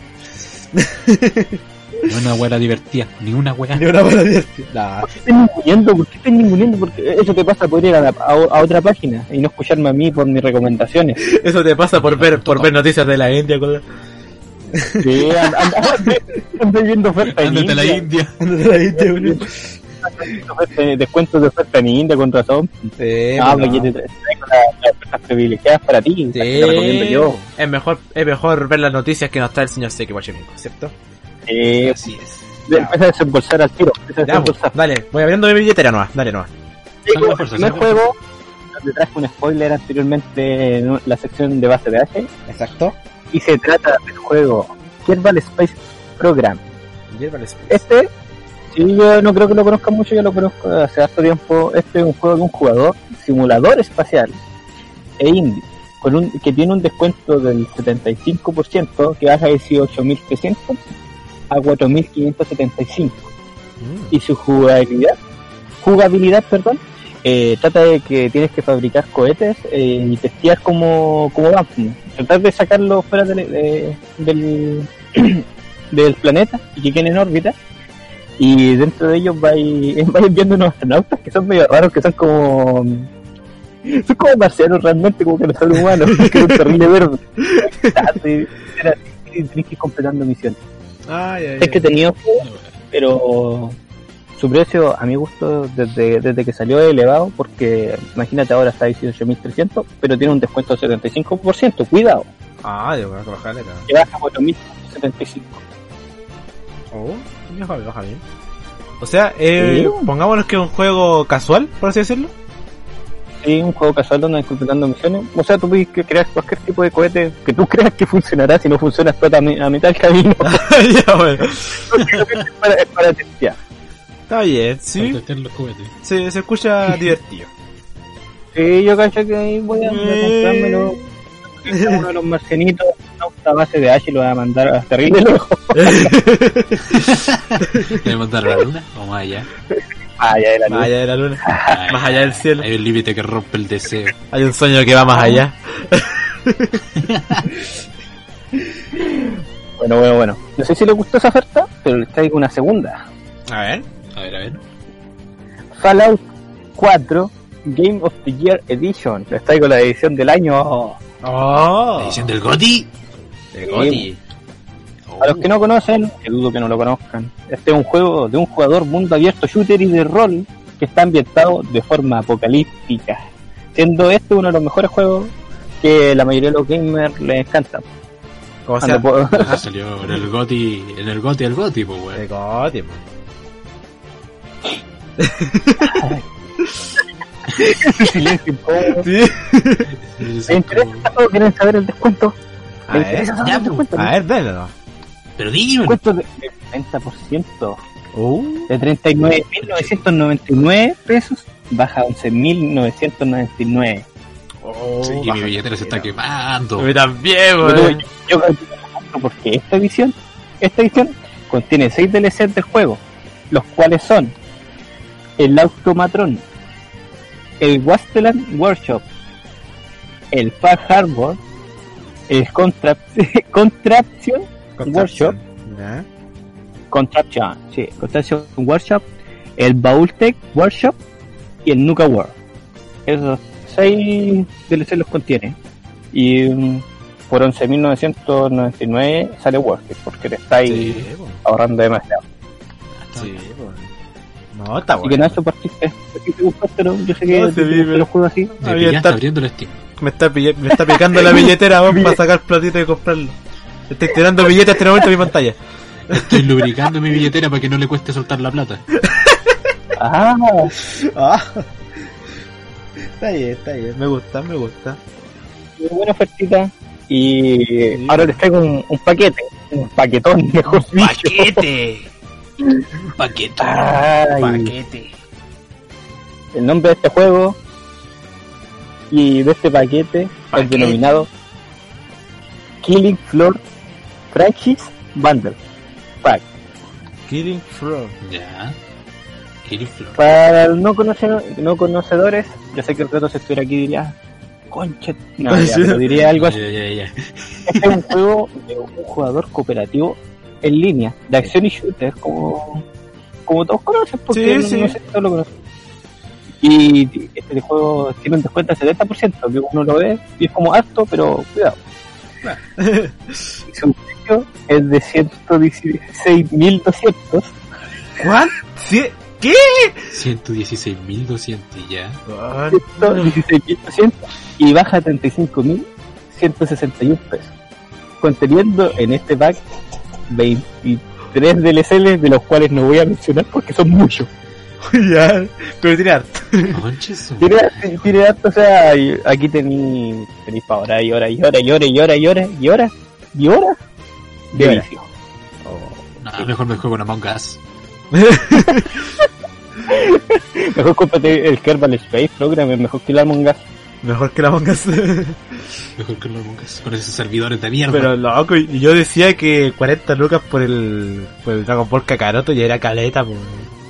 Ni una weá divertida, ni una weá. Ni una buena diversión. Nah. ¿Por qué estás ninguneando? ¿Por qué estás ninguneando? Porque eso te pasa por ir a, la- a, a otra página y no escucharme a mí por mis recomendaciones. Eso te pasa por ver, por ver noticias de la India, con Sí, anda, anda, anda viendo ofertas en Ándate a la India. India. de la India, boludo. Ofertas- Descuentos de oferta en India con razón. Sí, Ah, pues, porque no. te traigo las las ofertas privilegiadas para ti. Sí, Te recomiendo yo. es mejor, es mejor ver las noticias que nos trae el señor Seki Guachemico, ¿cierto? Sí, Así es. de- empieza a desembolsar al tiro. Empieza a Ya, pues, desembolsar. dale, voy abriendo mi billetera nomás, dale nomás. Salga la fuerza, El primer salga la juego, te traje un spoiler anteriormente en la sección de base de H, Exacto. y se trata del juego Kerbal Space Program. Hierba al Space. Este, sí, yo no creo que lo conozcan mucho, yo lo conozco hace harto tiempo. Este es un juego de un jugador, simulador espacial e indie, con un, que tiene un descuento del setenta y cinco por ciento, que baja de dieciocho mil trescientos a cuatro mil quinientos setenta y cinco. Mm. Y su jugabilidad, jugabilidad, perdón, eh, trata de que tienes que fabricar cohetes eh, y testear cómo, cómo van. Tratar de sacarlos fuera del, de- del, del planeta y que queden en órbita. Y dentro de ellos vais, vais viendo unos astronautas que son medio raros, que son como... Son como marcianos realmente, como que no son humanos, que son terrible verde. Y tienes que ir completando misiones. Ay, ay, Es que tenía pero su precio a mi gusto desde, desde que salió es elevado, porque imagínate ahora está a dieciocho mil trescientos, pero tiene un descuento del setenta y cinco por ciento, cuidado, Ah, yo voy a bajarle, cabrón. que baja a cuatro mil setenta y cinco. Oh, baja, baja bien. O sea, eh, Sí. pongámonos que es un juego casual, por así decirlo. Sí, un juego casual donde vas completando misiones, o sea, tú puedes que crear cualquier tipo de cohete que tú creas que funcionará, si no funciona explota a, mi- a mitad del camino. Ya, bueno. es para, es para testear. Está bien, Para sí. testear los juguetes. Se, se escucha divertido. Sí, yo cacho que ahí voy a, voy a comprármelo. Uno de los marcianitos, una base de H y lo voy a mandar a terrible lejos. ¿Le mandar a la luna o más allá? Ah, ya de la Más luz. allá de la luna. Ay, Más allá del cielo. Hay un límite que rompe el deseo. Hay un sueño que va más allá. Bueno, bueno, bueno. No sé si les gustó esa oferta, pero les traigo una segunda. A ver. A ver, a ver. Fallout cuatro Game of the Year Edition. Les traigo la edición del año. Oh. La edición del GOTY. De Gotti. A los que no conocen, que dudo que no lo conozcan, este es un juego de un jugador mundo abierto, shooter y de rol, que está ambientado de forma apocalíptica, siendo este uno de los mejores juegos que la mayoría de los gamers les encanta. ¿Cómo se llama? Ando po- Ah, salió en el GOTY, en el GOTY, el GOTY, pues, De weón. Gotti, po. Silencio incómodo. Sí. ¿Les interesa este juego? ¿Quieren saber el descuento? A ¿Les ver, interesa saber ya, el descuento? A ver, dale. no. Pero dime. Descuento de del treinta por ciento. Uh. De treinta y nueve mil novecientos noventa y nueve pesos baja a once mil novecientos noventa y nueve. Oh, Sí, y mi baja. billetera se está quemando. A mí también, Yo, weón. yo, yo creo que lo compro porque esta edición, esta edición contiene seis D L Cs del juego, los cuales son el Automatron, el Wasteland Workshop, el Far Harbor, el Contrap- Contraption Workshop, ¿Ya? Contraption, sí, Contraption Workshop, el Baultech Workshop y el Nuka World. Esos seis D L C los contiene. Y mm, por once mil novecientos noventa y nueve sale Worth It, porque te estáis Sí, po. ahorrando demasiado. Sí, po. No, está Así que bueno. Nacho, partiste, si te gustó, pero yo sé que No, te sí, gustan me- los juegos así. Me Ahí pillaste está. abriendo el Steam. Me está, pilla- me está picando la billetera, weón, para sacar platito y comprarlo. Estoy tirando billetes en este momento en mi pantalla. Estoy lubricando mi billetera para que no le cueste soltar la plata. Ah, Ah. Está bien, está bien. Me gusta, me gusta. muy buena ofertita. Y Sí. ahora les traigo un, un paquete, un paquetón, mejor dicho. ¡Paquete! Paquete. Ay, ¡Paquete! el nombre de este juego Y de este paquete, el denominado Killing Floor Franchise Bundle Pack. Killing Floor. Ya. Killing Floor. Para los no, conoce- no conocedores, yo sé que el reto si estuviera aquí diría, concha, no, ya, pero diría algo así. Ya, ya, ya. Este es un juego de un jugador cooperativo en línea, de acción y shooter, como, como todos conocen, porque Sí, no, sí. no sé si todos lo conocen. Y este juego tiene un descuento del setenta por ciento, que uno lo ve y es como alto, pero cuidado. Y su precio es de ciento dieciséis mil doscientos. ¿Cuánto? ¿Sí? ¿Qué? ciento dieciséis mil doscientos ya. ciento dieciséis mil doscientos y baja a treinta y cinco mil ciento sesenta y uno pesos, conteniendo en este pack veintitrés D L Cs, de los cuales no voy a mencionar porque son muchos. Ya, pero tiene harto. Conches, Tiene, tiene harto, o sea, y aquí tenéis tenéis para horas y horas y horas y horas y horas y horas y horas y horas de horas. vicio. no, mejor me juego con Among Us. Mejor cómprate el Kerbal Space Program, es mejor que el Among Us. Mejor que la Among Us. Mejor que el Among Us. Con esos servidores de mierda. Pero loco, y yo decía que cuarenta lucas por el, por el Dragon Ball Kakaroto ya era caleta, pues.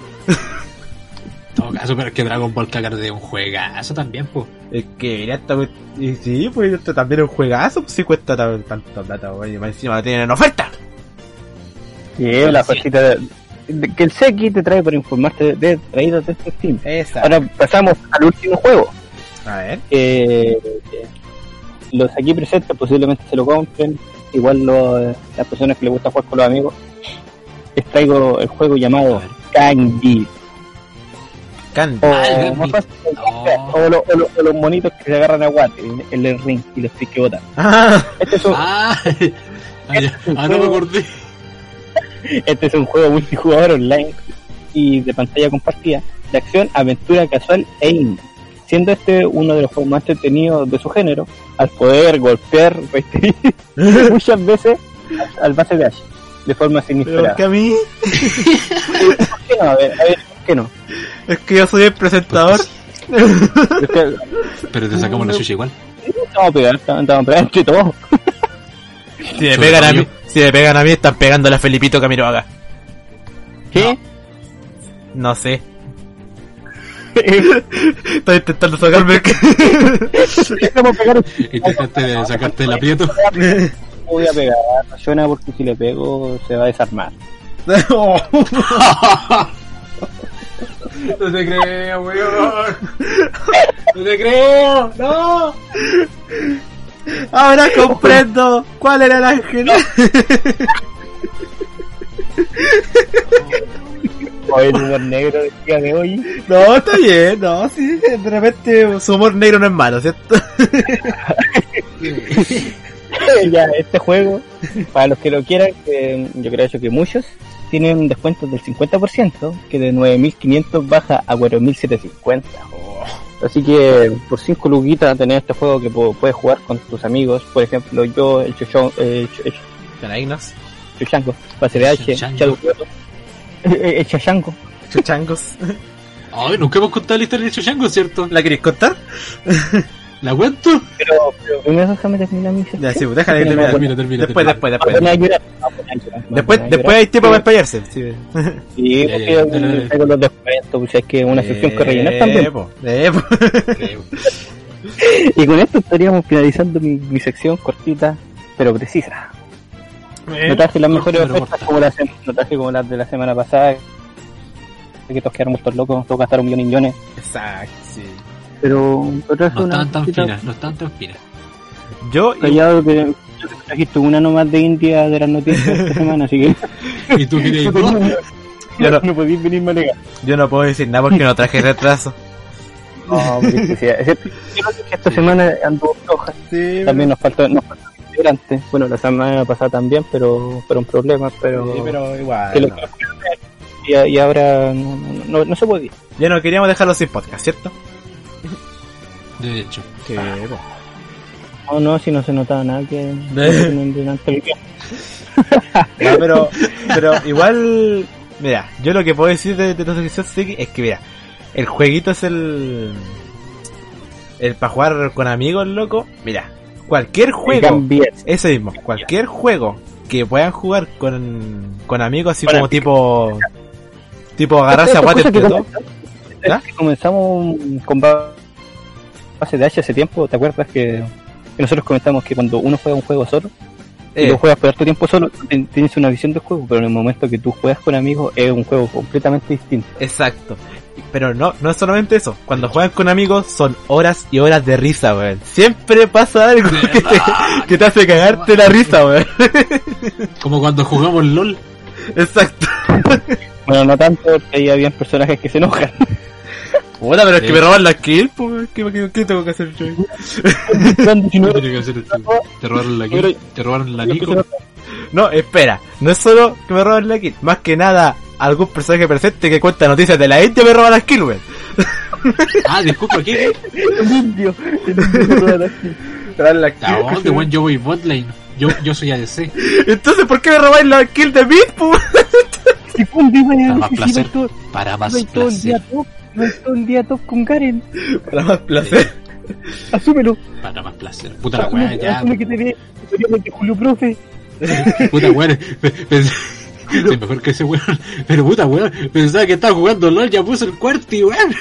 En todo caso, pero es que Dragon Ball Kakarot es un juegazo también, pues. Es que mira esta cuest- y sí, pues esto también es un juegazo, pues sí cuesta tan- tanto plata, oye, más encima lo tienen en oferta. Sí, la ofertita de, de- que el Seki te trae para informarte de, de traídas de este Steam. Esa. Ahora pasamos al último juego. A ver. Eh, los aquí presentes posiblemente se lo compren, igual lo, las personas que les gusta jugar con los amigos. Les traigo el juego llamado Kangi. Candy. O, Ah, el más Kangi. fácil, Oh. o, lo- o lo- o los monitos que se agarran a guate en el ring y los tienes que botar. Ah, Este es un, Ah, ah, ya. Ah, no me acordé. este es un juego multijugador online y de pantalla compartida, de acción, aventura casual e indie, siendo este uno de los juegos más entretenidos de su género, al poder golpear muchas veces al base de Ash, de forma pero inesperada. que a mí, ¿Por qué no? A ver, a ver, ¿por qué no? es que yo soy el presentador. Es que Pero te sacamos la chucha igual. estamos a pegar, estamos estamos a pegar entre todos. Si me Sobre pegan a todo mí, yo. si me pegan a mí, están pegando a Felipito Camiroaga. ¿Qué? No sé. Estoy intentando sacarme el que... Estamos a pegar. Intentaste de sacarte el aprieto. No voy a pegar, no suena porque si le pego se va a desarmar. Oh. No te creo, weón. No te creo. No. Ahora comprendo cuál era el ángel. O el humor negro del día de hoy. No, está bien, no, sí, de repente su humor negro no es malo, ¿cierto? Ya, este juego, para los que lo quieran, que yo creo que muchos, tienen un descuento del cincuenta por ciento, que de nueve mil quinientos baja a cuatro mil setecientos cincuenta. Así que por cinco luquitas tener este juego que po- puedes jugar con tus amigos. Por ejemplo, yo, el Chuchón, el, Ch- el Chanaignos, Chuchango, Base de H, Chuchango. Chaducuero, el Chachango. chuchangos. Ay, nunca hemos contado la historia de Chochango, ¿cierto? ¿La queréis contar? ¿La cuento? Pero, pero primero déjame terminar mi sección. Ya, sí, pues déjale que Termina, termine. Termina, termina. Después, termina. después, Me voy a después. llorar, me voy a llorar, me Después, voy a después llorar. hay tiempo para explayarse. Sí, Sí, Ya, ya, porque ya, dale, dale. traigo los descuentos, pues es que una sección que rellenar Eh, también. po, eh, po. Creo. Y con esto estaríamos finalizando mi, mi sección cortita, pero precisa. No traje las corta, mejores pero ofertas corta. como las, sem- no traje como las de la semana pasada, que todos quedaron muertos locos, todos gastaron millones y millones. Exacto, sí. Pero, pero traje No una estaban tan cosita finas, no estaban tan finas. Yo, callado que yo creo que trajiste una nomás de India de las noticias esta semana, así que ¿Y tú querías no, dos? Yo no- no podéis venirme a negar. yo no puedo decir nada porque no traje retraso. No, pero es que sí, es cierto, yo creo que esta semana anduvo floja. Sí, También nos faltó, nos faltó integrantes. Bueno, la semana pasada también, pero fueron problemas, pero, sí, pero igual. que lo no. y, y ahora no, no, no, no se podía. Ya no queríamos dejarlo sin podcast, ¿cierto? De hecho. Sí, po. No, no, si no se notaba nada que Eh. delante del guión. No, pero, pero igual, mira, yo lo que puedo decir de, de tu sección sí, es que, mira, el jueguito es el, el para jugar con amigos, loco, mira, cualquier juego, ese mismo, cualquier juego que puedan jugar con, con amigos, así como tipo, tipo agarrarse a guate entre todos. Comenzamos con base de H hace tiempo, ¿te acuerdas que, que nosotros comentamos que cuando uno juega un juego solo, eh. y lo juegas por harto tiempo solo, tienes una visión del juego, pero en el momento que tú juegas con amigos es un juego completamente distinto. Exacto. Pero no, no es solamente eso. Cuando juegan con amigos son horas y horas de risa, weón. Siempre pasa algo que te, que te hace cagarte la risa, weón. Como cuando jugamos LOL. Exacto. Bueno, no tanto, porque ahí habían personajes que se enojan. Puta, pero es que me roban la kill, pues. ¿Qué, qué, ¿Qué tengo que hacer yo? ¿Qué tengo que hacer tú? ¿Te robaron la kill? ¿Te robaron la Nico? No, espera. No es solo que me roban la kill. Más que nada, algún personaje presente que cuenta noticias de la India me roba la kill, weón. Ah, disculpa, ¿qué? El indio. El indio me roba la kill. La kill. No, yo voy botlane. Yo, yo soy A D C. Entonces, ¿por qué me robáis la kill de mid, pues? Para más placer. Para más placer. No es todo el día top con Garen. Para más placer. Asúmelo. Para más placer. Puta la weá, ya. Asume que te ve. Superiormente Julio Profe. Puta weá. Soy mejor que ese weón. Pero puta weón. Pensaba que estaba jugando LOL. Ya puso el cuarti, weón.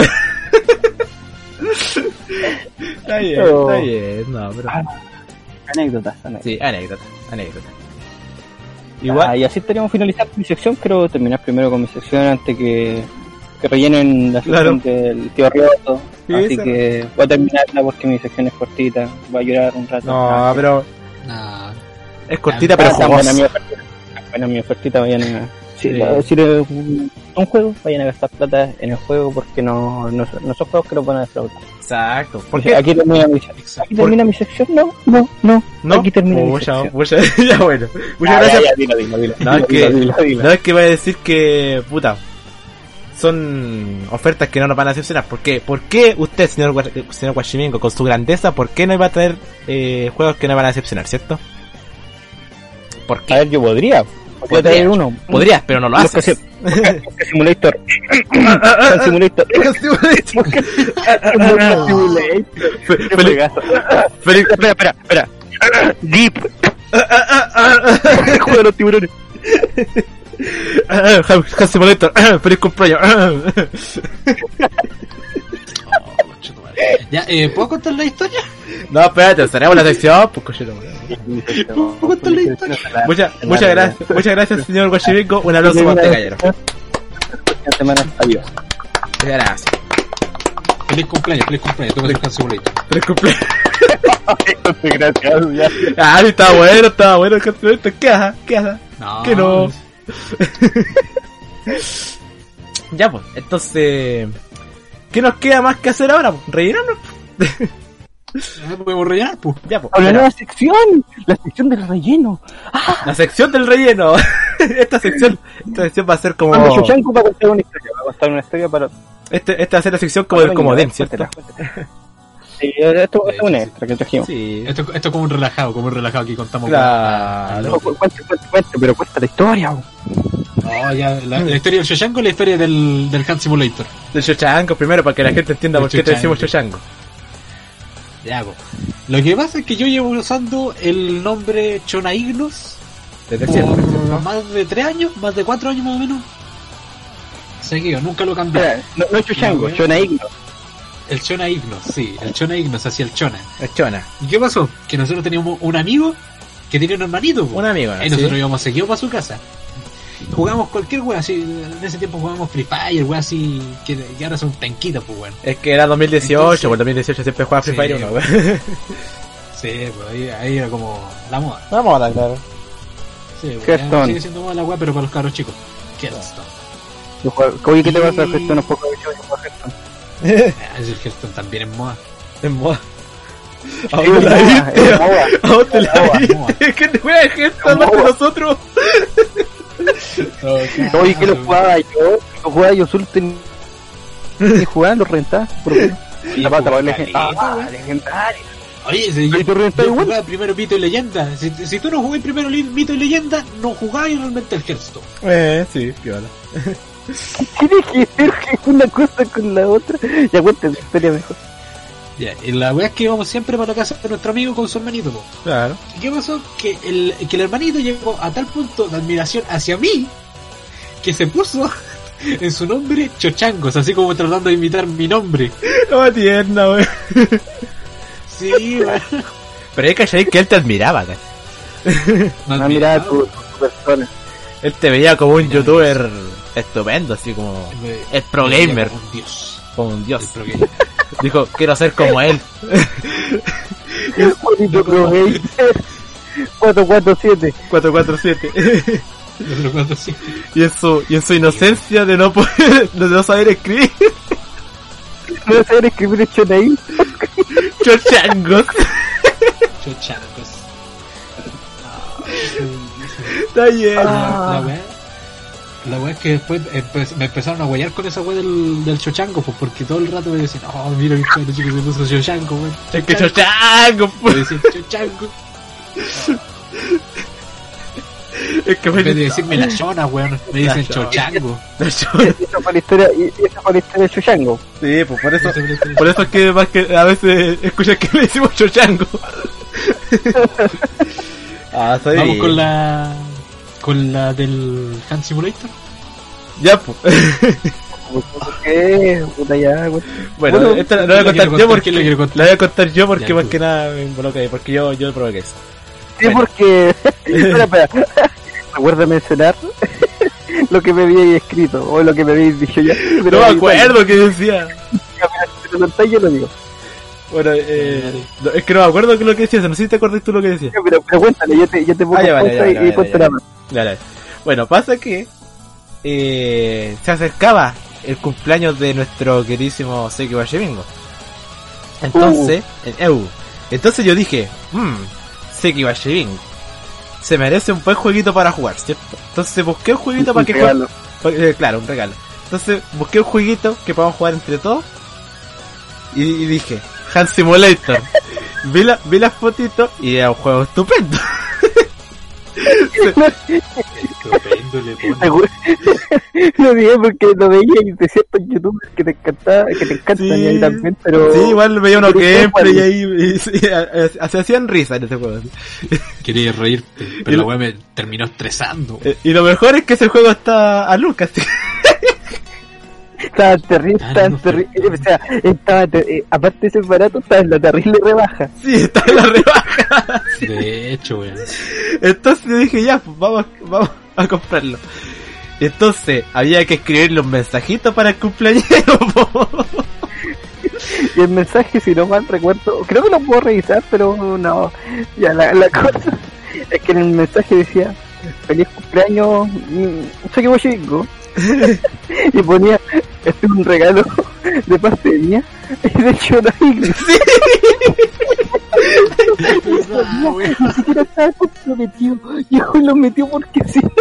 Está bien, está bien. No, pero. Ah, anécdotas, anécdotas. Sí, anécdota, anécdota. Igual. Ah, y así estaríamos finalizando mi sección. Quiero terminar primero con mi sección antes que. que rellenen la sección claro. del tío Rioto, sí, así esa. Que voy a terminarla porque mi sección es cortita, voy a llorar un rato. No, ah, pero no. Es cortita, ah, pero jugosa. Buena mi ofertita, buena mi ofertita, vayan a si sí. si es un, un juego, vayan a gastar plata en el juego porque no no, no son juegos que los van a defraudar. Exacto. Porque aquí termina mi sección. Aquí termina mi sección. No, no, no. ¿No? Aquí termina oh, mi mucha, sección. Mucha, ya bueno. Muchas ah, gracias. Ya, ya, dilo, dilo, dilo, no, dilo, es que, dilo, dilo, dilo. no es que voy a decir que puta. Son ofertas que no nos van a decepcionar. ¿Por qué? ¿Por qué usted, señor, señor Guaximingo, con su grandeza, por qué no iba a traer eh, juegos que no van a decepcionar, cierto? ¿Por qué? A ver, yo podría. Podría traer uno. Podrías, pero no lo haces. Simulator. Simulator. Simulator. Espera, espera, espera. Deep. Juego de los tiburones. Hand Simulator, feliz cumpleaños. Ya, eh, ¿puedo contar la historia? No, espérate, cerramos la sección, pues cochero. ¿Puedo contar la historia? Muchas, muchas gracias, muchas gracias, señor Guachivinco. Un aplauso para usted, caballero. Adiós. Gracias. Feliz cumpleaños, feliz cumpleaños. Toma el Hand Simulator. Feliz cumpleaños. Gracias, ya. Ah, sí, estaba bueno, estaba bueno el Hand Simulator. ¿Qué haga? ¿Qué haga? No. ¿Qué no? Ya pues, entonces ¿qué nos queda más que hacer ahora? ¿Rellenarnos? ¿Podemos rellenar? Pues? Ya pues. La nueva sección, la sección del relleno. ¡Ah! La sección del relleno. Esta sección, esta sección va a ser como. Cuando Shushanko va a contar una historia, va a contar una historia para. Este, esta va a ser la sección como del comodín, ¿cierto? Sí, esto es un extra que trajimos. Sí. Esto, esto es como un relajado, como un relajado que contamos. Claro. Cuente, cuente, cuente, pero cuenta la historia. No, ya, la, la historia del Shoshanko y la historia del, del Hand Simulator. Del Shoshanko primero, para que la gente entienda por qué te decimos Shoshanko. Ya, hago. Lo que pasa es que yo llevo usando el nombre Chona Ignos desde siempre, ¿no? Más de tres años, más de cuatro años más o menos. Seguido, nunca lo cambié. No, no es Shoshanko, no, Chona Ignos. El Chona Ignos, sí, el Chona Ignos hacia el Chona. El Chona. ¿Y qué pasó? Que nosotros teníamos un amigo que tenía un hermanito. Un amigo, ¿no? Y nosotros ¿sí? íbamos seguido para su casa. Jugamos cualquier wea, así, en ese tiempo jugábamos Free Fire, wea así, que, que ahora son tanquitos, pues weón. Es que era dos mil dieciocho, entonces, pues dos mil dieciocho siempre jugaba Free sí, Fire uno, weón. Sí, pues ahí, ahí era como la moda. La moda, claro. Sí, weón, sigue siendo moda la wea, pero para los cabros chicos. Hearthstone. Oye, ¿qué te pasa a Hearthstone? Un poco de Hearthstone. Ah, el Hearthstone también es moda. Es moda. ¿A dónde la viste? ¿A dónde la viste? ¿Qué te juega Hearthstone más que nosotros? Oye, que lo jugaba yo, lo jugaba yo solo tenía que jugar, lo rentaba. La pata para legendario. Oye, si yo, yo jugaba primero Mito y Leyenda. Si, si tú no jugás primero Mito y Leyenda, no jugabas realmente el Hearthstone. Eh, sí, piola. Tiene que ver una cosa con la otra. Ya cuéntame la historia mejor. Ya, y la weá es que íbamos siempre para la casa de nuestro amigo con su hermanito, po. Claro. ¿Y qué pasó? Que el, que el hermanito llegó a tal punto de admiración hacia mí que se puso en su nombre Chochangos, así como tratando de imitar mi nombre. Oh, tierna, wey. Sí, weón. Pero es que que él te admiraba, ¿cachai? No Ah, mira tu, tu persona. Él te veía como un youtuber estupendo, así como el pro gamer, Un dios. como un dios. El pro gamer. Dijo, quiero ser como él. El bonito Pro Gamer cuatro cuatro siete. cuatro cuatro siete. Yo te lo cuento así. Y en su, y en su inocencia de no poder, de no saber escribir, No vas a saber escribir el Chonaí. Chochangos. Chochangos. Está lleno. Ah. La weá. La weá es que después empe- me empezaron a guayar con esa weá del, del chochango, pues porque todo el rato me decían, oh, mira mi cabro chico se puso chochango, weón. Es que Chochangos, Me pues. decían chochango. Es que En fue vez de decirme la chona, weón, me La dicen chona. chochango. Esa fue la historia, y esa fue la historia de Chochango. Sí, pues por eso, por eso es que más que a veces escuchas que le decimos Chochango. Ah, soy Vamos bien. con la con la del Hand Simulator. Ya, pues. ¿Por qué? Puta ya, güey. Bueno, Bueno, esta la voy a ¿quién la contar quiere yo contar? porque ¿Quién la quiere contar? la voy a contar yo porque Ya, más tú. que nada me involucra ahí, porque yo yo provoqué eso. Sí, Bueno. porque... espera, espera. Recuerda mencionar lo que me habíais escrito, o lo que me habéis dicho ya. Pero No me ahí acuerdo qué decía. está. Si lo contáis, yo lo digo. Bueno, eh, no, es que no me acuerdo qué es lo que decías, no sé si te acuerdas tú lo que decías. Ya, Pero, pero cuéntale, yo te, yo te pongo Ah, ya, vale, pausa ya, y, vale, y vale, cuento ya. la más. Ya, ya. Bueno, pasa que eh, se acercaba el cumpleaños de nuestro queridísimo Seki Bashemingo. Entonces, en E U. Entonces yo dije, mmm, Seki Bashemingo se merece un buen jueguito para jugar, ¿cierto? Entonces busqué un jueguito para que juegue. regalo. Eh, claro, un regalo. Entonces busqué un jueguito que podamos jugar entre todos. Y, y dije, Hand Simulator. vi, la, vi las fotitos y era un juego estupendo. Estupendo le pone. Seguro- Lo dije porque lo veía y de ciertos youtubers que te encantaba, que te encantan Sí. y ahí también, pero... Sí, igual veía unos pero gameplay y igual. ahí y, sí, a- a- se hacían risa en ese juego. Quería reírte, Y pero lo- la weá me terminó estresando. Eh, Y lo mejor es que ese juego está a Lucas. Estaba terrible, Ah, estaba no, terrible, pero- o sea, estaba, ter- eh, aparte de ser barato, estaba en la terrible rebaja. Sí, está en la rebaja. De hecho, weón. Entonces yo dije, ya, pues vamos, vamos a comprarlo. Entonces había que escribirle un mensajito para el cumpleañero. Po. Y el mensaje, si no mal recuerdo, creo que lo puedo revisar, pero no, ya la, la cosa es que en el mensaje decía, feliz cumpleaños, Seki Bashemingo. Y ponía, este es un regalo de parte mía y de hecho no hay ni siquiera estaba comprometido y aún lo metió porque si no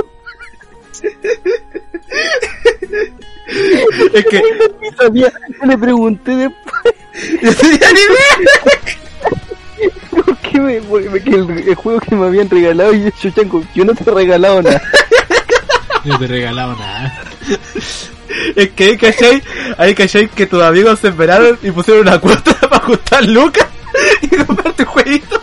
Es que ni sabía. Yo le pregunté después no tenía ni idea. por qué me, por- que el, el juego que me habían regalado y yo, chango, yo no te he regalado nada. No te he regalado nada. Es que ahí cachai, ahí cachai que tus amigos se esperaron y pusieron una cuota para ajustar lucas y comprarte un jueguito.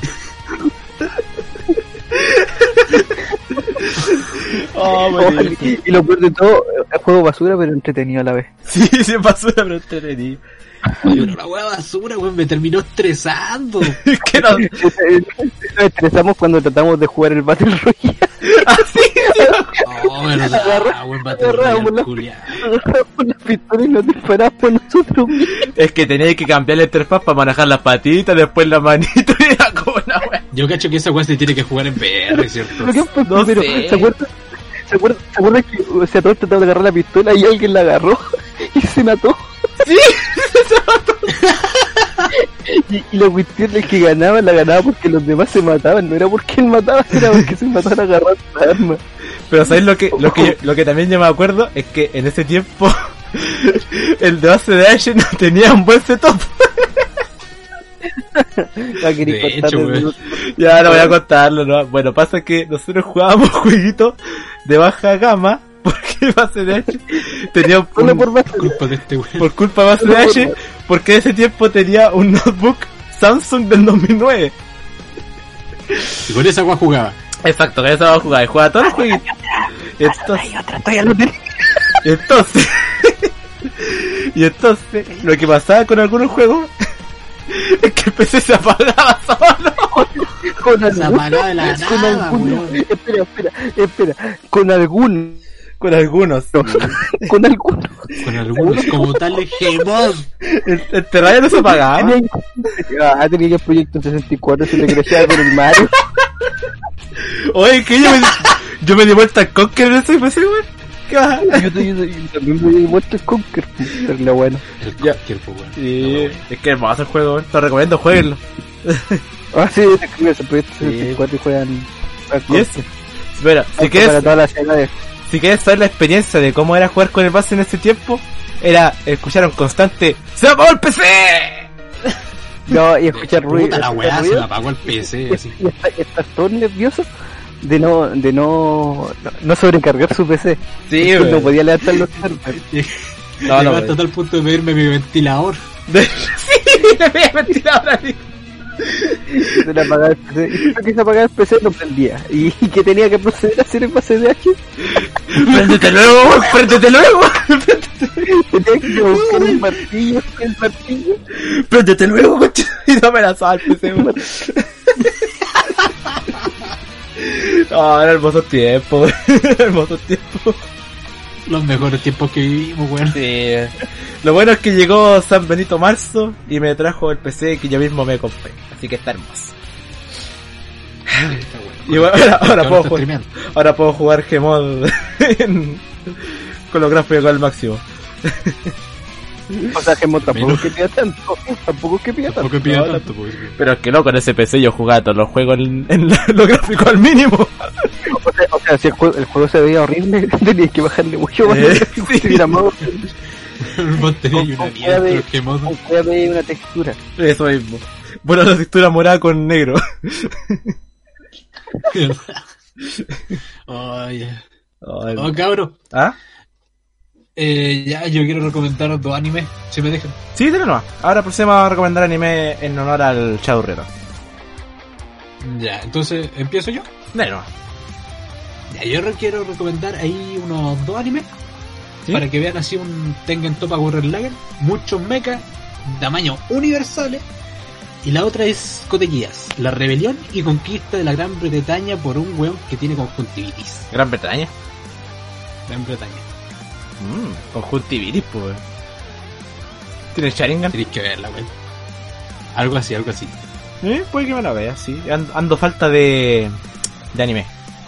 Oh, buenísimo. Y lo peor de todo, el juego basura pero entretenido a la vez. Sí, sí pasó una pero entretenido. Oye, pero la weá basura, weón, me terminó estresando. Es que no. Nos estresamos cuando tratamos de jugar el Battle Royale. Así, Oh, verdad, weón, Battle Agarramos Royale, la- culiao. Agarramos la pistola y nos disparamos nosotros mismos. es que tenías que cambiar la interfaz para manejar las patitas, después la manito y era como una wea. Yo cacho que esa weá se tiene que jugar en V R, ¿cierto? ¿Pero qué fue No primero? sé. ¿Se acuerdan? ¿Se acuerdan, ¿Se acuerdan que o sea, todos trataban de agarrar la pistola y alguien la agarró y se mató? Sí, Y, y la cuestión es que ganaba, la ganaba porque los demás se mataban. No era porque él mataba, era porque se mataban agarrando la arma. pero ¿sabes lo que, lo que, yo- lo que también yo me acuerdo? Es que en ese tiempo el de base de Ashen no tenía un buen setup. La quería De contar hecho, desde- weón. Ya no voy a contarlo, ¿no? Bueno, pasa que nosotros jugábamos jueguitos de baja gama Porque base de H tenía un, Solo por base Por culpa de este weón. por culpa de base de H, porque en ese tiempo tenía un notebook Samsung del dos mil nueve. Y con esa weá jugaba. Exacto, que eso va a jugar, y juega todos los jueguitos. Y entonces, otra todavía lo tenía. y entonces, y entonces, lo que pasaba con algunos juegos es que el P C se apagaba solo. Con Se algún, apagaba de la con nada, alguno, weón. espera, espera, espera, con algún, Con algunos. con alguno. Con algunos como tales Gmod. El, el Terraria no se apagaba. Ah, tenía que el proyecto sesenta y cuatro se le crecía con el Mario. Oye, que yo me, yo me di vuelta al Conker en ese P C, weón. ¿Qué va? Yo, te- yo te- yo también me di vuelta el Conker, pero la buena. El Ya. Conker, pues, weón. Sí, es que hermoso el juego, weón. Te lo recomiendo, jueguenlo. Ah, sí, te escribes el proyecto sesenta y cuatro y juegan. juegan Y eso. Conker. Pero, si Para quieres, todas las edades. si quieres saber la experiencia de cómo era jugar con el base en ese tiempo, era escuchar un constante ¡Se apagó el P C! No, y escuchar ruido. Puta la escuchar weá, se ruido, me apagó el P C, y- así. Y está- estás todo nervioso de no, de no, no, no sobrecargar su P C. Sí, Entonces weón. no podía levantar los servers. No, No, no, hasta weón. tal punto de pedirme mi ventilador. De- sí, le voy a mentir ahora mismo. Se le apagaba el P C. Y siempre que se apagaba el P C no prendía. Y, y que tenía que proceder a hacer en base de H. ¡Préndete luego, weón! ¡Préndete luego! Tenía que ir a buscar un martillo, el martillo. ¡Préndete luego, coche! Y no me la al P C, weón. No, era hermoso tiempo, weón. Hermoso tiempo. Los mejores tiempos que vivimos, weón. Sí. Lo bueno es que llegó San Benito Marzo y me trajo el P C que yo mismo me compré. Así que está hermoso. Y bueno, ahora, ahora puedo jugar, ahora puedo jugar Gmod en- con los gráficos al máximo. O sea, Gemo tampoco Menos. es que pida tanto. Tampoco es que pida tanto. Tampoco pida No, tanto, pues. Pero es que no, con ese P C yo jugaba todos los juegos en, en los gráficos al mínimo. O sea, o sea, si el juego, el juego se veía horrible, tenías que bajarle mucho más. Eh, Si sí. tuviera más, Vos tenías con- una con mierda, de- los Gmod. con cueva y una textura. Eso mismo. Bueno, la textura morada con negro. Oye. Ay, Oh, cabrón. ¿Ah? Eh, ya, yo quiero recomendar dos animes, si me dejan. Sí, dale nomás. Ahora procedemos a recomendar anime en honor al Shadowrunner. Ya, entonces, ¿empiezo yo? Dale nomás. Ya, yo re- quiero recomendar ahí unos dos animes. ¿Sí? Para que vean así un Tengen Toppa Gurren Lagann. Muchos mechas, tamaño universales. Y la otra es Code Geass, la rebelión y conquista de la Gran Bretaña por un weón que tiene conjuntivitis. Gran Bretaña. Gran Bretaña. Mmm, conjuntivitis, pues. ¿Tiene Sharingan? Tenéis que verla, weón. Algo así, algo así. Eh, puede que me la vea, sí. Ando, ando falta de, de anime.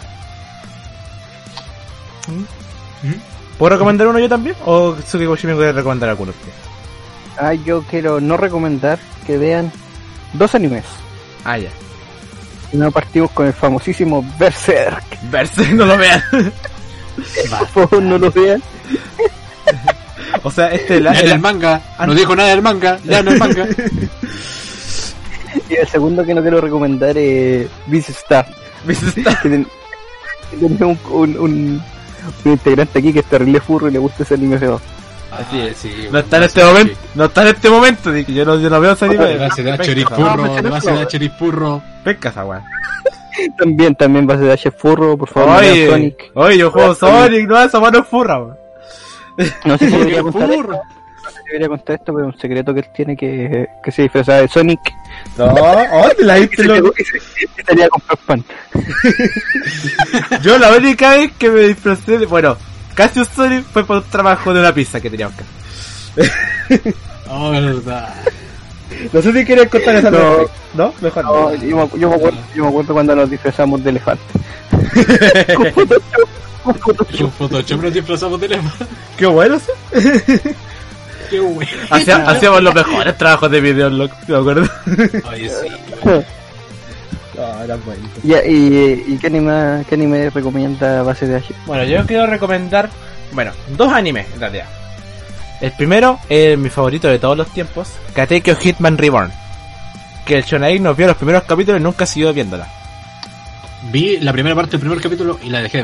¿Mm? ¿Mm? ¿Puedo recomendar uno yo también? ¿O Suki Koshimi puede recomendar alguno? Ah, yo quiero no recomendar que vean dos animes. Ah, ya. Primero partimos con el famosísimo Berserk. Verse, no lo vean. Por favor, no lo vean. O sea, este es la, Lean el- el manga, no dijo nada del manga, lean el manga. Y el segundo que no quiero recomendar es Beast Staff. Que ten- que tenemos un, un, un, un integrante aquí que es terrible furro y le gusta ese anime feo. Así es. Ah, sí, no weón, está en no este sé, momento, sí. no está en este momento, di que yo no, yo no veo ese anime. De base de Choripurro, de base de Choripurro. Pesca esa weá. También, también va a ser H furro, por favor, no Oye, vean Sonic. oye, yo juego Sonic, no, esa mano es furra, weón. No sé si debería Qué contar esto, furro. no sé si debería contar esto, pero es un secreto que él tiene que, que se disfrazaba de Sonic No, oh, te la y diste, se loco. y se- y salía a comprar pan. Yo la única vez que me disfrazé de, bueno, casi un Sonic fue por un trabajo de una pizza que tenía Oscar. Oh, verdad. No sé si quieres contar esa No. anécdota. ¿No? Mejor No, no. yo, me, yo, me acuerdo, yo me acuerdo cuando nos disfrazamos de elefante. Con Photoshop, con Photoshop. Con Photoshop nos disfrazamos de lema. Qué bueno, sí. Qué bueno. Hacía- hacíamos los mejores trabajos de video, loco, me acuerdo. Ay, sí, weón. No, eran buenísimos. Ya, y, y qué anime, qué anime recomienda base de H? Bueno, yo quiero recomendar, bueno, dos animes en realidad. El primero es mi favorito de todos los tiempos, Katekyo Hitman Reborn. Que el Shonai nos vio los primeros capítulos y nunca siguió viéndola. Vi la primera parte del primer capítulo y la dejé de ver.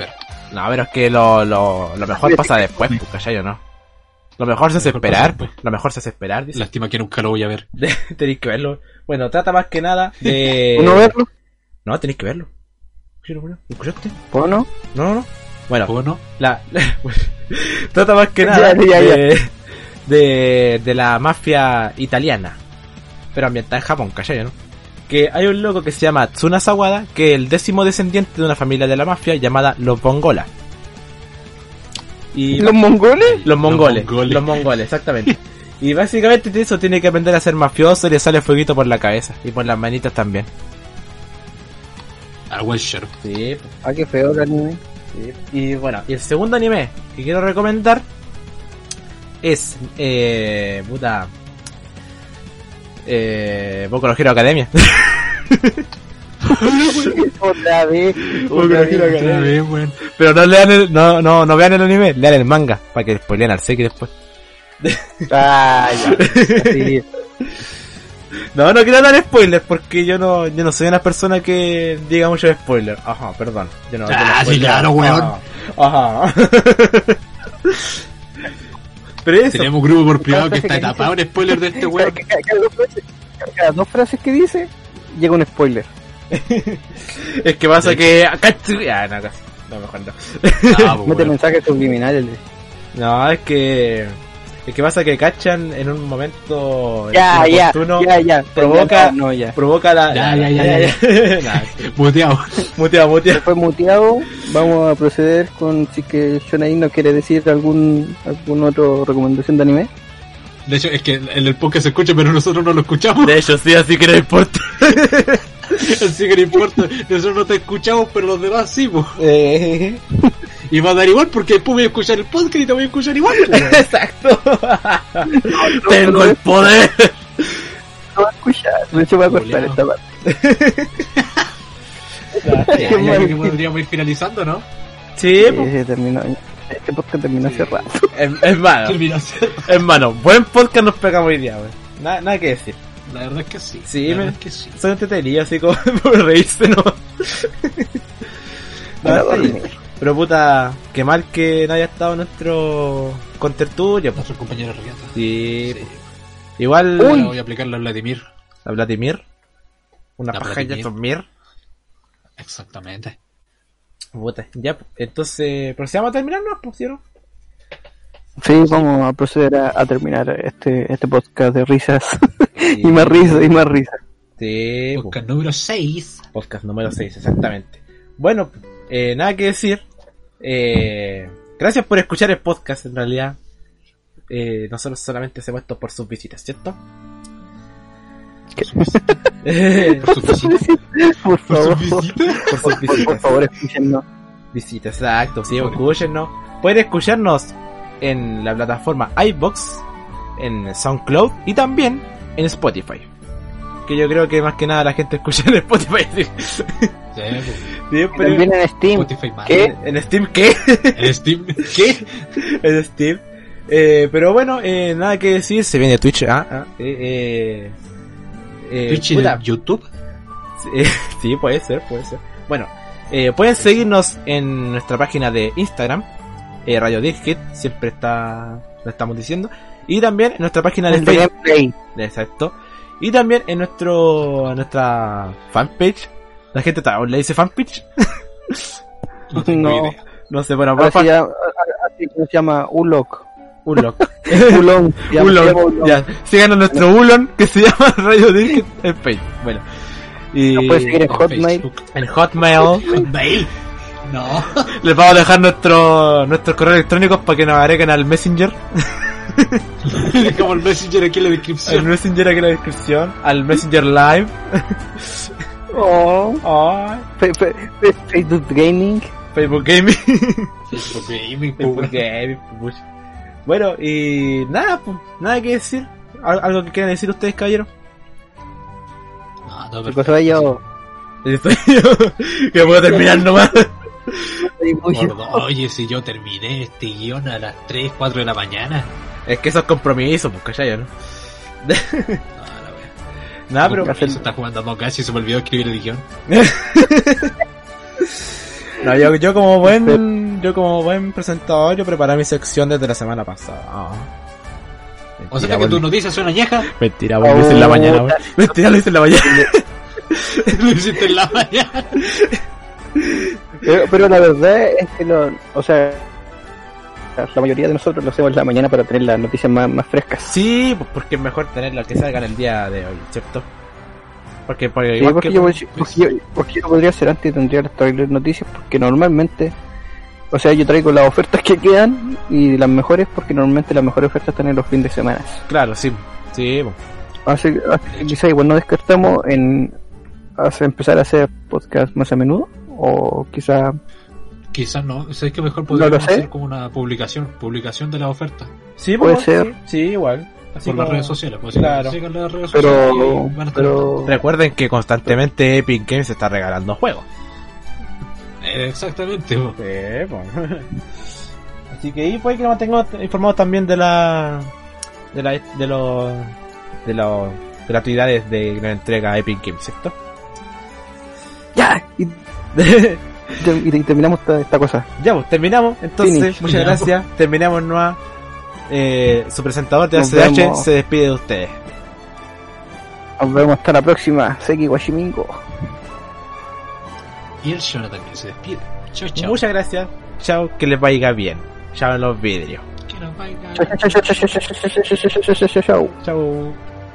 No, pero es que lo, lo, lo mejor pasa después, pues, ¿cachai o no? Lo mejor se hace Lo mejor esperar, pasa después. lo mejor se hace esperar, dice. Lástima que nunca lo voy a ver. Tenéis que verlo. Bueno, trata más que nada de... ¿Uno verlo? No, tenéis que verlo. ¿Lo escuchaste? ¿Puedo no? No, no, no. Bueno, ¿O no? la, trata más que nada Ya, ya, ya. de, de, de la mafia italiana, pero ambientada en Japón, ¿cachai, no? Que hay un loco que se llama Tsuna Sawada, que es el décimo descendiente de una familia de la mafia llamada los Mongola. Y ¿Los mongoles? los mongoles, Los mongoles. los mongoles, exactamente. Y básicamente de eso tiene que aprender a ser mafioso y le sale fueguito por la cabeza y por las manitas también. Ah, one shot. Sí, Ah, qué feo el anime. sí. Y bueno, y el segundo anime que quiero recomendar es eh puta eh Boku no Hero Academia. Otra vez. Boku no Hero Otra Academia. vez, weón. Pero no lean el, no, no, no vean el anime, lean el manga para que spoileen al Seki después. Ah, ya. Sí. No, no quiero dar spoilers porque yo no, yo no soy una persona que diga muchos spoilers. Ajá, perdón. Yo no, yo no Ah, sí, spoileo. claro, weón. Ajá. Ajá. Pero eso, Tenemos un grupo por privado que Cosa está que tapado en spoiler de este Cada, weón. cada- cada dos frases, cada dos frases que dice, llega un spoiler. es que pasa De que... Ah, no, casi. No, mejor no. Ah, pues, Mete weón. mensajes subliminales. No, es que... Es que pasa que cachan en un momento Ya, ya, inoportuno, ya, ya. provoca- No, ya. provoca la... Ya, ya, ya, ya. Nah, sí. Muteado. Muteado, muteado. Fue muteado. Vamos a proceder con si que Shonai no quiere decir algún algún otro recomendación de anime. De hecho, es que en el podcast se escucha, pero nosotros no lo escuchamos. De hecho, sí, así que no importa. Así que no importa. Nosotros no te escuchamos, pero los demás sí, po. Eh, Y va a dar igual porque después voy a escuchar el podcast y te voy a escuchar igual, po, weón. Exacto. Tengo el poder. No va a escuchar. De hecho, voy a cortar esta parte. Ya, ya, Qué ya mal. que podríamos ir finalizando, ¿no? Sí, Sí, pues, sí, terminó. Este podcast terminó hace rato. es, es malo. Terminación. Hermano, buen podcast nos pegamos hoy día, wey. Nada, nada que decir. La verdad es que sí. Sí, la me- verdad es que sí. Soy entretenido, así como por reírse, ¿no? No, Para está bien. dormir. Pero puta, qué mal que no haya estado nuestro contertulio. Pues. Nuestro compañero Riata. Sí, Sí. igual Ahora voy a aplicarlo a Vladimir. a Vladimir. Una A paja de Vladimir. dormir. Exactamente. Puta, ya, pues, entonces, procedamos a terminar, ¿no? Pues, ¿sí o no? Sí, vamos a proceder a, a terminar este este podcast de risas. Sí. y más risas, y más risas. Sí, pues, Podcast número seis. podcast número seis, exactamente. Bueno, eh, nada que decir. Eh, gracias por escuchar el podcast, en realidad. Eh, nosotros solamente hacemos esto por sus visitas, ¿cierto? Eh, Por su visita. Por Por favor, su visita. por sus por, por visitas. favor, escúchenos. Visitas, exacto, sí, escúchenos. Pueden escucharnos en la plataforma iVoox, en SoundCloud y también en Spotify. Que yo creo que más que nada la gente escucha en Spotify. Sí, Sí, pues, Sí, pero También en Steam. Spotify más. ¿Qué? en Steam, ¿qué? En Steam. ¿Qué? en Steam. Eh, pero bueno, eh, nada que decir, se viene Twitch. Ah, ah, eh, eh, eh, Twitch y puta, YouTube. sí, sí, puede ser, puede ser. Bueno, eh, pueden seguirnos en nuestra página de Instagram, eh, Radio Disc, siempre está, lo estamos diciendo. Y también en nuestra página de El de Facebook. gameplay. Exacto. Y también en nuestro nuestra fanpage. La gente está, ¿le dice fanpage? No tengo No. idea. No sé, bueno, Ahora fan- se llama, así como se llama Ulok. Ulon. Ulon. se llama- se llama Ulon. Ulon. Ya, síganos nuestro Ulon que se llama Radio Disc en Facebook. Bueno. Y Nos puede seguir en En Hotmail. Facebook. en Hotmail Hotmail. No. les vamos a dejar nuestro nuestros correos electrónicos para que nos agreguen al Messenger. Dejamos el Messenger aquí en la Al descripción. Messenger aquí en la descripción. Al Messenger Live. Oh, Ay, Fe- fe- fe- Facebook Gaming. Facebook Gaming. Facebook Gaming, po, Facebook weón. Gaming. Puch. Bueno, y nada, pues, nada que decir. ¿Al- ¿Algo que quieran decir ustedes, caballeros? No, no, ¿Qué perfecto. cosa yo? Estoy yo, que puedo terminar nomás. Gordo, oye, si yo terminé este guión a las tres, cuatro de la mañana. Es que eso es compromiso, pues, ¿cachai, no? No, la wea. Nada, pero... Se está jugando a Among Us y se me olvidó escribir el guión. No, yo, yo como buen yo como buen presentador, yo preparé mi sección desde la semana pasada. Ah. Mentira, O sea que volví- tus noticias son añejas. Mentira, volví a decir en la mañana, weón. Mentira, lo hice en la mañana. Lo hiciste en la mañana. Pero, pero la verdad es que no, o sea, la mayoría de nosotros lo hacemos en la mañana para tener las noticias más, más frescas. Sí, pues porque es mejor tener lo que salga en el día de hoy, ¿cierto? Porque, porque, Sí, igual porque, que- yo, porque, yo, porque yo lo podría hacer antes y tendría las trailers noticias, porque normalmente, o sea, yo traigo las ofertas que quedan y las mejores, porque normalmente las mejores ofertas están en los fines de semana. Claro, sí. Sí, pues. Así que quizá igual no descartamos en hacer- empezar a hacer podcast más a menudo, o quizá Quizás no. ¿Sabes que mejor podríamos No lo sé. hacer como una publicación? Publicación de la oferta. Sí, Puede pues, ser. Sí, sí, igual. Así Por las como- redes sociales. Pues, Claro. sigan las redes sociales pero y van a estar pero Recuerden que constantemente Epic Games está regalando juegos. Eh, Exactamente. po. Sí, pues. Así que ahí puede que nos mantengamos informados también de la de la de los de los de las actividades de la entrega Epic Games, ¿cierto? ya y, y terminamos esta, esta cosa. Ya, pues terminamos. Entonces, Finish. muchas Ya, gracias. Terminamos Noa. Eh, su presentador de Nos A C H vemos. se despide de ustedes. Nos vemos hasta la próxima. Seki Washimingo. Y el Jonathan que se despide. Chao, chao. Muchas gracias. Chao, que les vaya bien. Chao en los vidrios. Que nos vaya. Chau, chau, chau, chau, chau, chau, chau, chau, chau, chau, chau, chau, chau. Chao.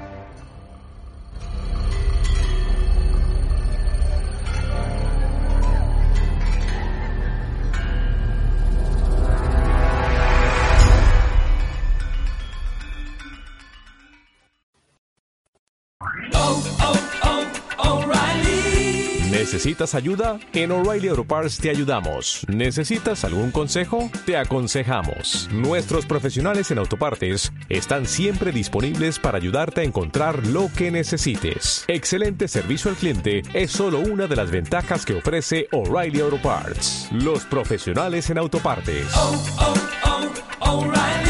¿Necesitas ayuda? En O'Reilly Auto Parts te ayudamos. ¿Necesitas algún consejo? Te aconsejamos. Nuestros profesionales en autopartes están siempre disponibles para ayudarte a encontrar lo que necesites. Excelente servicio al cliente es solo una de las ventajas que ofrece O'Reilly Auto Parts. Los profesionales en autopartes. oh, oh, O'Reilly.